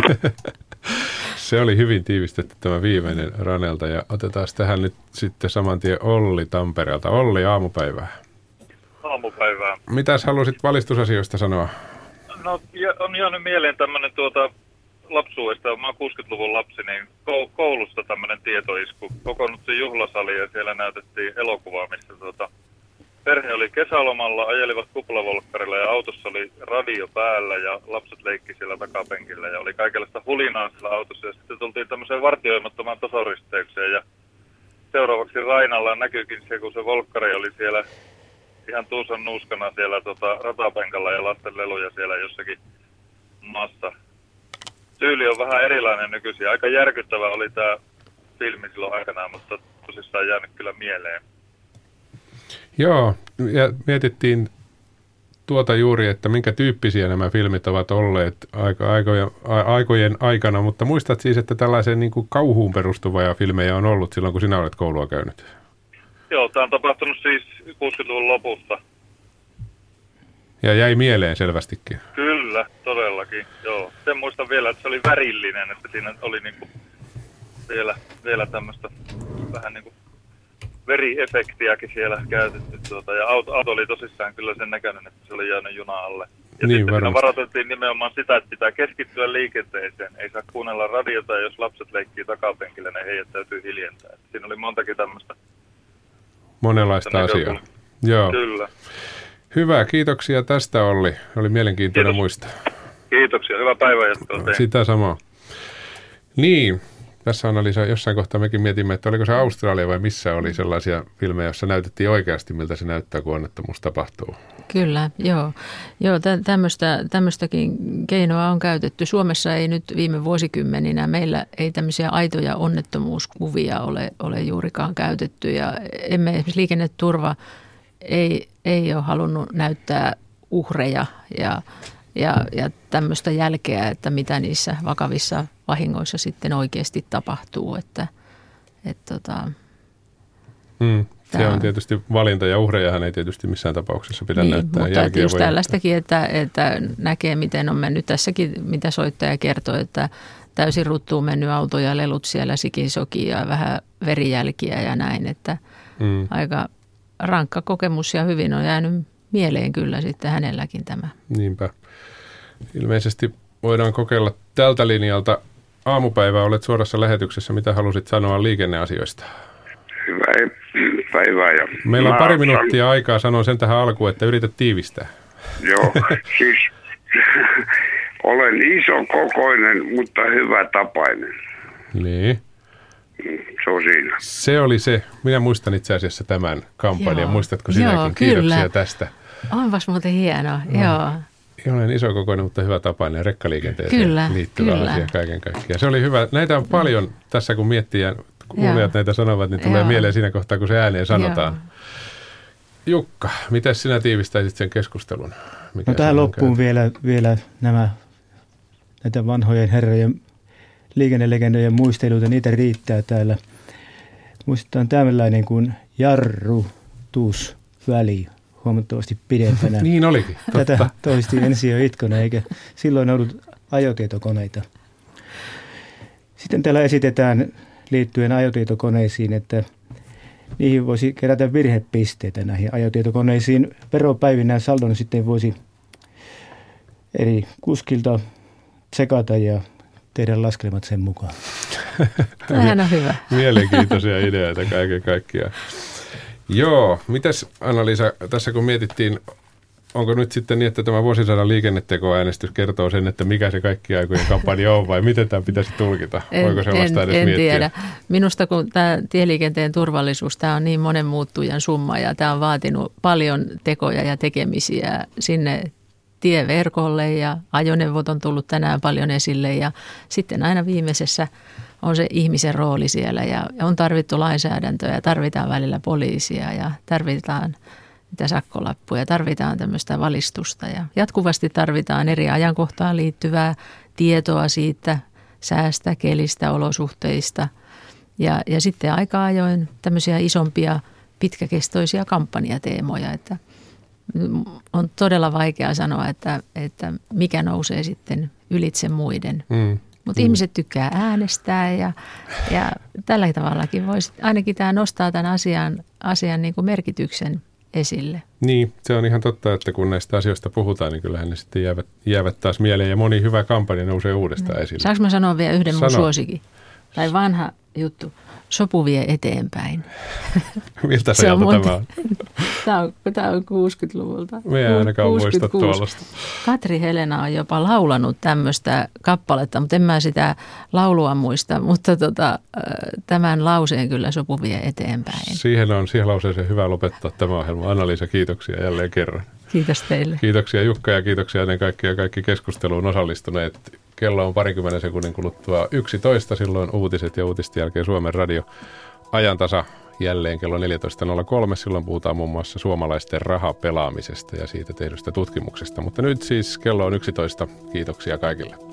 Se oli hyvin tiivistetty tämä viimeinen Ranelta ja otetaan tähän nyt sitten saman tien Olli Tampereelta. Olli, aamupäivää. Aamupäivää. Mitäs halusit valistusasioista sanoa? No on jäänyt mieleen tämmöinen lapsuudesta, mä oon 60-luvun lapsi, niin koulusta tämmöinen tietoisku. Kokoonnuttiin juhlasaliin ja siellä näytettiin elokuvaa, missä perhe oli kesälomalla, ajelivat kuplavolkkarilla ja autossa oli radio päällä ja lapset leikki siellä takapenkillä ja oli kaikenlaista hulinaa siellä autossa. Ja sitten tultiin tämmöiseen vartioimattomaan tasoristeykseen ja seuraavaksi Rainalla näkyykin se, kun se volkkari oli siellä ihan tuusan nuuskana siellä ratapenkalla ja lasten leluja siellä jossakin maassa. Tyyli on vähän erilainen nykyisin. Aika järkyttävä oli tämä filmi silloin aikanaan, mutta tosissaan jäänyt kyllä mieleen. Joo, ja mietittiin tuota juuri, että minkä tyyppisiä nämä filmit ovat olleet aikojen aikana, mutta muistat siis, että tällaisen niin kuin kauhuun perustuvia filmejä on ollut silloin, kun sinä olet koulua käynyt? Joo, tämä on tapahtunut siis 60-luvun lopussa. Ja jäi mieleen selvästikin. Kyllä, todellakin, joo. Sen muistan vielä, että se oli värillinen, että siinä oli niinku vielä tämmöistä vähän niinku veriefektiäkin siellä käytetty. Ja auto oli tosissaan kyllä sen näköinen, että se oli jäänyt juna alle. Ja niin, sitten siinä varoitettiin nimenomaan sitä, että pitää keskittyä liikenteeseen. Ei saa kuunnella radiota, ja jos lapset leikkii takapenkillä, niin heidät täytyy hiljentää. Että siinä oli montakin tämmöistä. Monenlaista asiaa. Joo. Kyllä. Hyvä, kiitoksia tästä Olli. Oli mielenkiintoinen muistaa. Kiitoksia, hyvää päivää jatkoa teille. Sitä samaa. Niin, tässä Anna-Liisa jossain kohtaa mekin mietimme, että oliko se Australia vai missä oli sellaisia filmejä, joissa näytettiin oikeasti, miltä se näyttää, kun onnettomuus tapahtuu. Kyllä, joo. Tämmöistäkin keinoa on käytetty. Suomessa ei nyt viime vuosikymmeninä, meillä ei tämmöisiä aitoja onnettomuuskuvia ole juurikaan käytetty. Ja esimerkiksi liikenneturva ei ole halunnut näyttää uhreja ja tämmöistä jälkeä, että mitä niissä vakavissa vahingoissa sitten oikeasti tapahtuu. Se on tietysti valinta ja uhrejahan ei tietysti missään tapauksessa pidä näyttää. Mutta just tällaistakin, että näkee miten on mennyt tässäkin, mitä soittaja kertoo, että täysin ruttuun mennyt auto ja lelut siellä sikisoki ja vähän verijälkiä ja näin, että aika rankka kokemus ja hyvin on jäänyt mieleen kyllä sitten hänelläkin tämä. Niinpä. Ilmeisesti voidaan kokeilla tältä linjalta. Aamupäivää olet suorassa lähetyksessä. Mitä halusit sanoa liikenneasioista? Hyvää päivää. Ja meillä on pari minuuttia aikaa, sanon sen tähän alkuun, että yrität tiivistää. Joo, siis olen isokokoinen, mutta hyvä tapainen. Niin. Se on siinä. Se oli se. Minä muistan itse asiassa tämän kampanjan. Muistatko sinäkin? Joo, Kiitoksia kyllä. tästä. Onpas muuten hienoa, joo. Olen isokokoinen, mutta hyvä tapainen rekkaliikenteeseen liittyvä asia kaiken kaikkiaan. Se oli hyvä. Näitä on paljon tässä, kun miettii ja kuulijat näitä sanovat, niin tulee mieleen siinä kohtaa, kun se ääneen sanotaan. Joo. Jukka, miten sinä tiivistäisit sen keskustelun? No tähän loppuun vielä näitä vanhojen herrojen liikennelegendojen muisteluita, niitä riittää täällä. Muistetaan tällainen kuin jarrutusväli, huomattavasti pidempänä. Niin olikin, totta. Tätä toisti Ensio Itkonen, eikä silloin ollut ajotietokoneita. Sitten täällä esitetään liittyen ajotietokoneisiin, että niihin voisi kerätä virhepisteitä näihin ajotietokoneisiin. Veropäivinä saldon sitten voisi eri kuskilta tsekata ja tehdä laskelmat sen mukaan. Tämähän on hyvä. Mielenkiintoisia ideoita kaiken kaikkiaan. Joo, mitäs Anna-Liisa, tässä kun mietittiin, onko nyt sitten niin, että tämä vuosisadan liikennetekoäänestys kertoo sen, että mikä se kaikki aikojen kampanja on vai miten tämä pitäisi tulkita? Voiko sellaista edes miettiä? En tiedä. Minusta kun tämä tieliikenteen turvallisuus, tämä on niin monen muuttujan summa ja tämä on vaatinut paljon tekoja ja tekemisiä sinne tieverkolle ja ajoneuvot on tullut tänään paljon esille ja sitten aina viimeisessä on se ihmisen rooli siellä ja on tarvittu lainsäädäntöä ja tarvitaan välillä poliisia ja tarvitaan mitä sakkolappuja, tarvitaan tämmöistä valistusta ja jatkuvasti tarvitaan eri ajankohtaan liittyvää tietoa siitä säästä, kelistä, olosuhteista ja sitten aika ajoin tämmöisiä isompia pitkäkestoisia kampanjateemoja, että on todella vaikea sanoa, että mikä nousee sitten ylitse muiden. Mutta ihmiset tykkää äänestää ja tällä tavallakin voisi, ainakin tämä nostaa tämän asian niin kuin merkityksen esille. Niin, se on ihan totta, että kun näistä asioista puhutaan, niin kyllähän ne sitten jäävät taas mieleen ja moni hyvä kampanja nousee uudestaan esille. Saanko mä sanoa vielä yhden mun suosikin? Tai vanha juttu. Sopu vie eteenpäin. Miltä se ajalta tämä on? Tämä on 60-luvulta. Me ei ainakaan muista tuollaista. Katri Helena on jopa laulanut tämmöistä kappaletta, mutta en mä sitä laulua muista. Mutta tämän lauseen kyllä sopu vie eteenpäin. Siihen lauseeseen hyvä lopettaa tämä ohjelma. Anna-Liisa, kiitoksia jälleen kerran. Kiitos teille. Kiitoksia Jukka ja kiitoksia ennen kaikkea kaikki keskusteluun osallistuneet. Kello on 20 sekunnin kuluttua 11, silloin uutiset ja uutisten jälkeen Suomen Radio ajantasa jälleen kello 14.03. Silloin puhutaan muun muassa suomalaisten rahapelaamisesta ja siitä tehdystä tutkimuksesta. Mutta nyt siis kello on 11. Kiitoksia kaikille.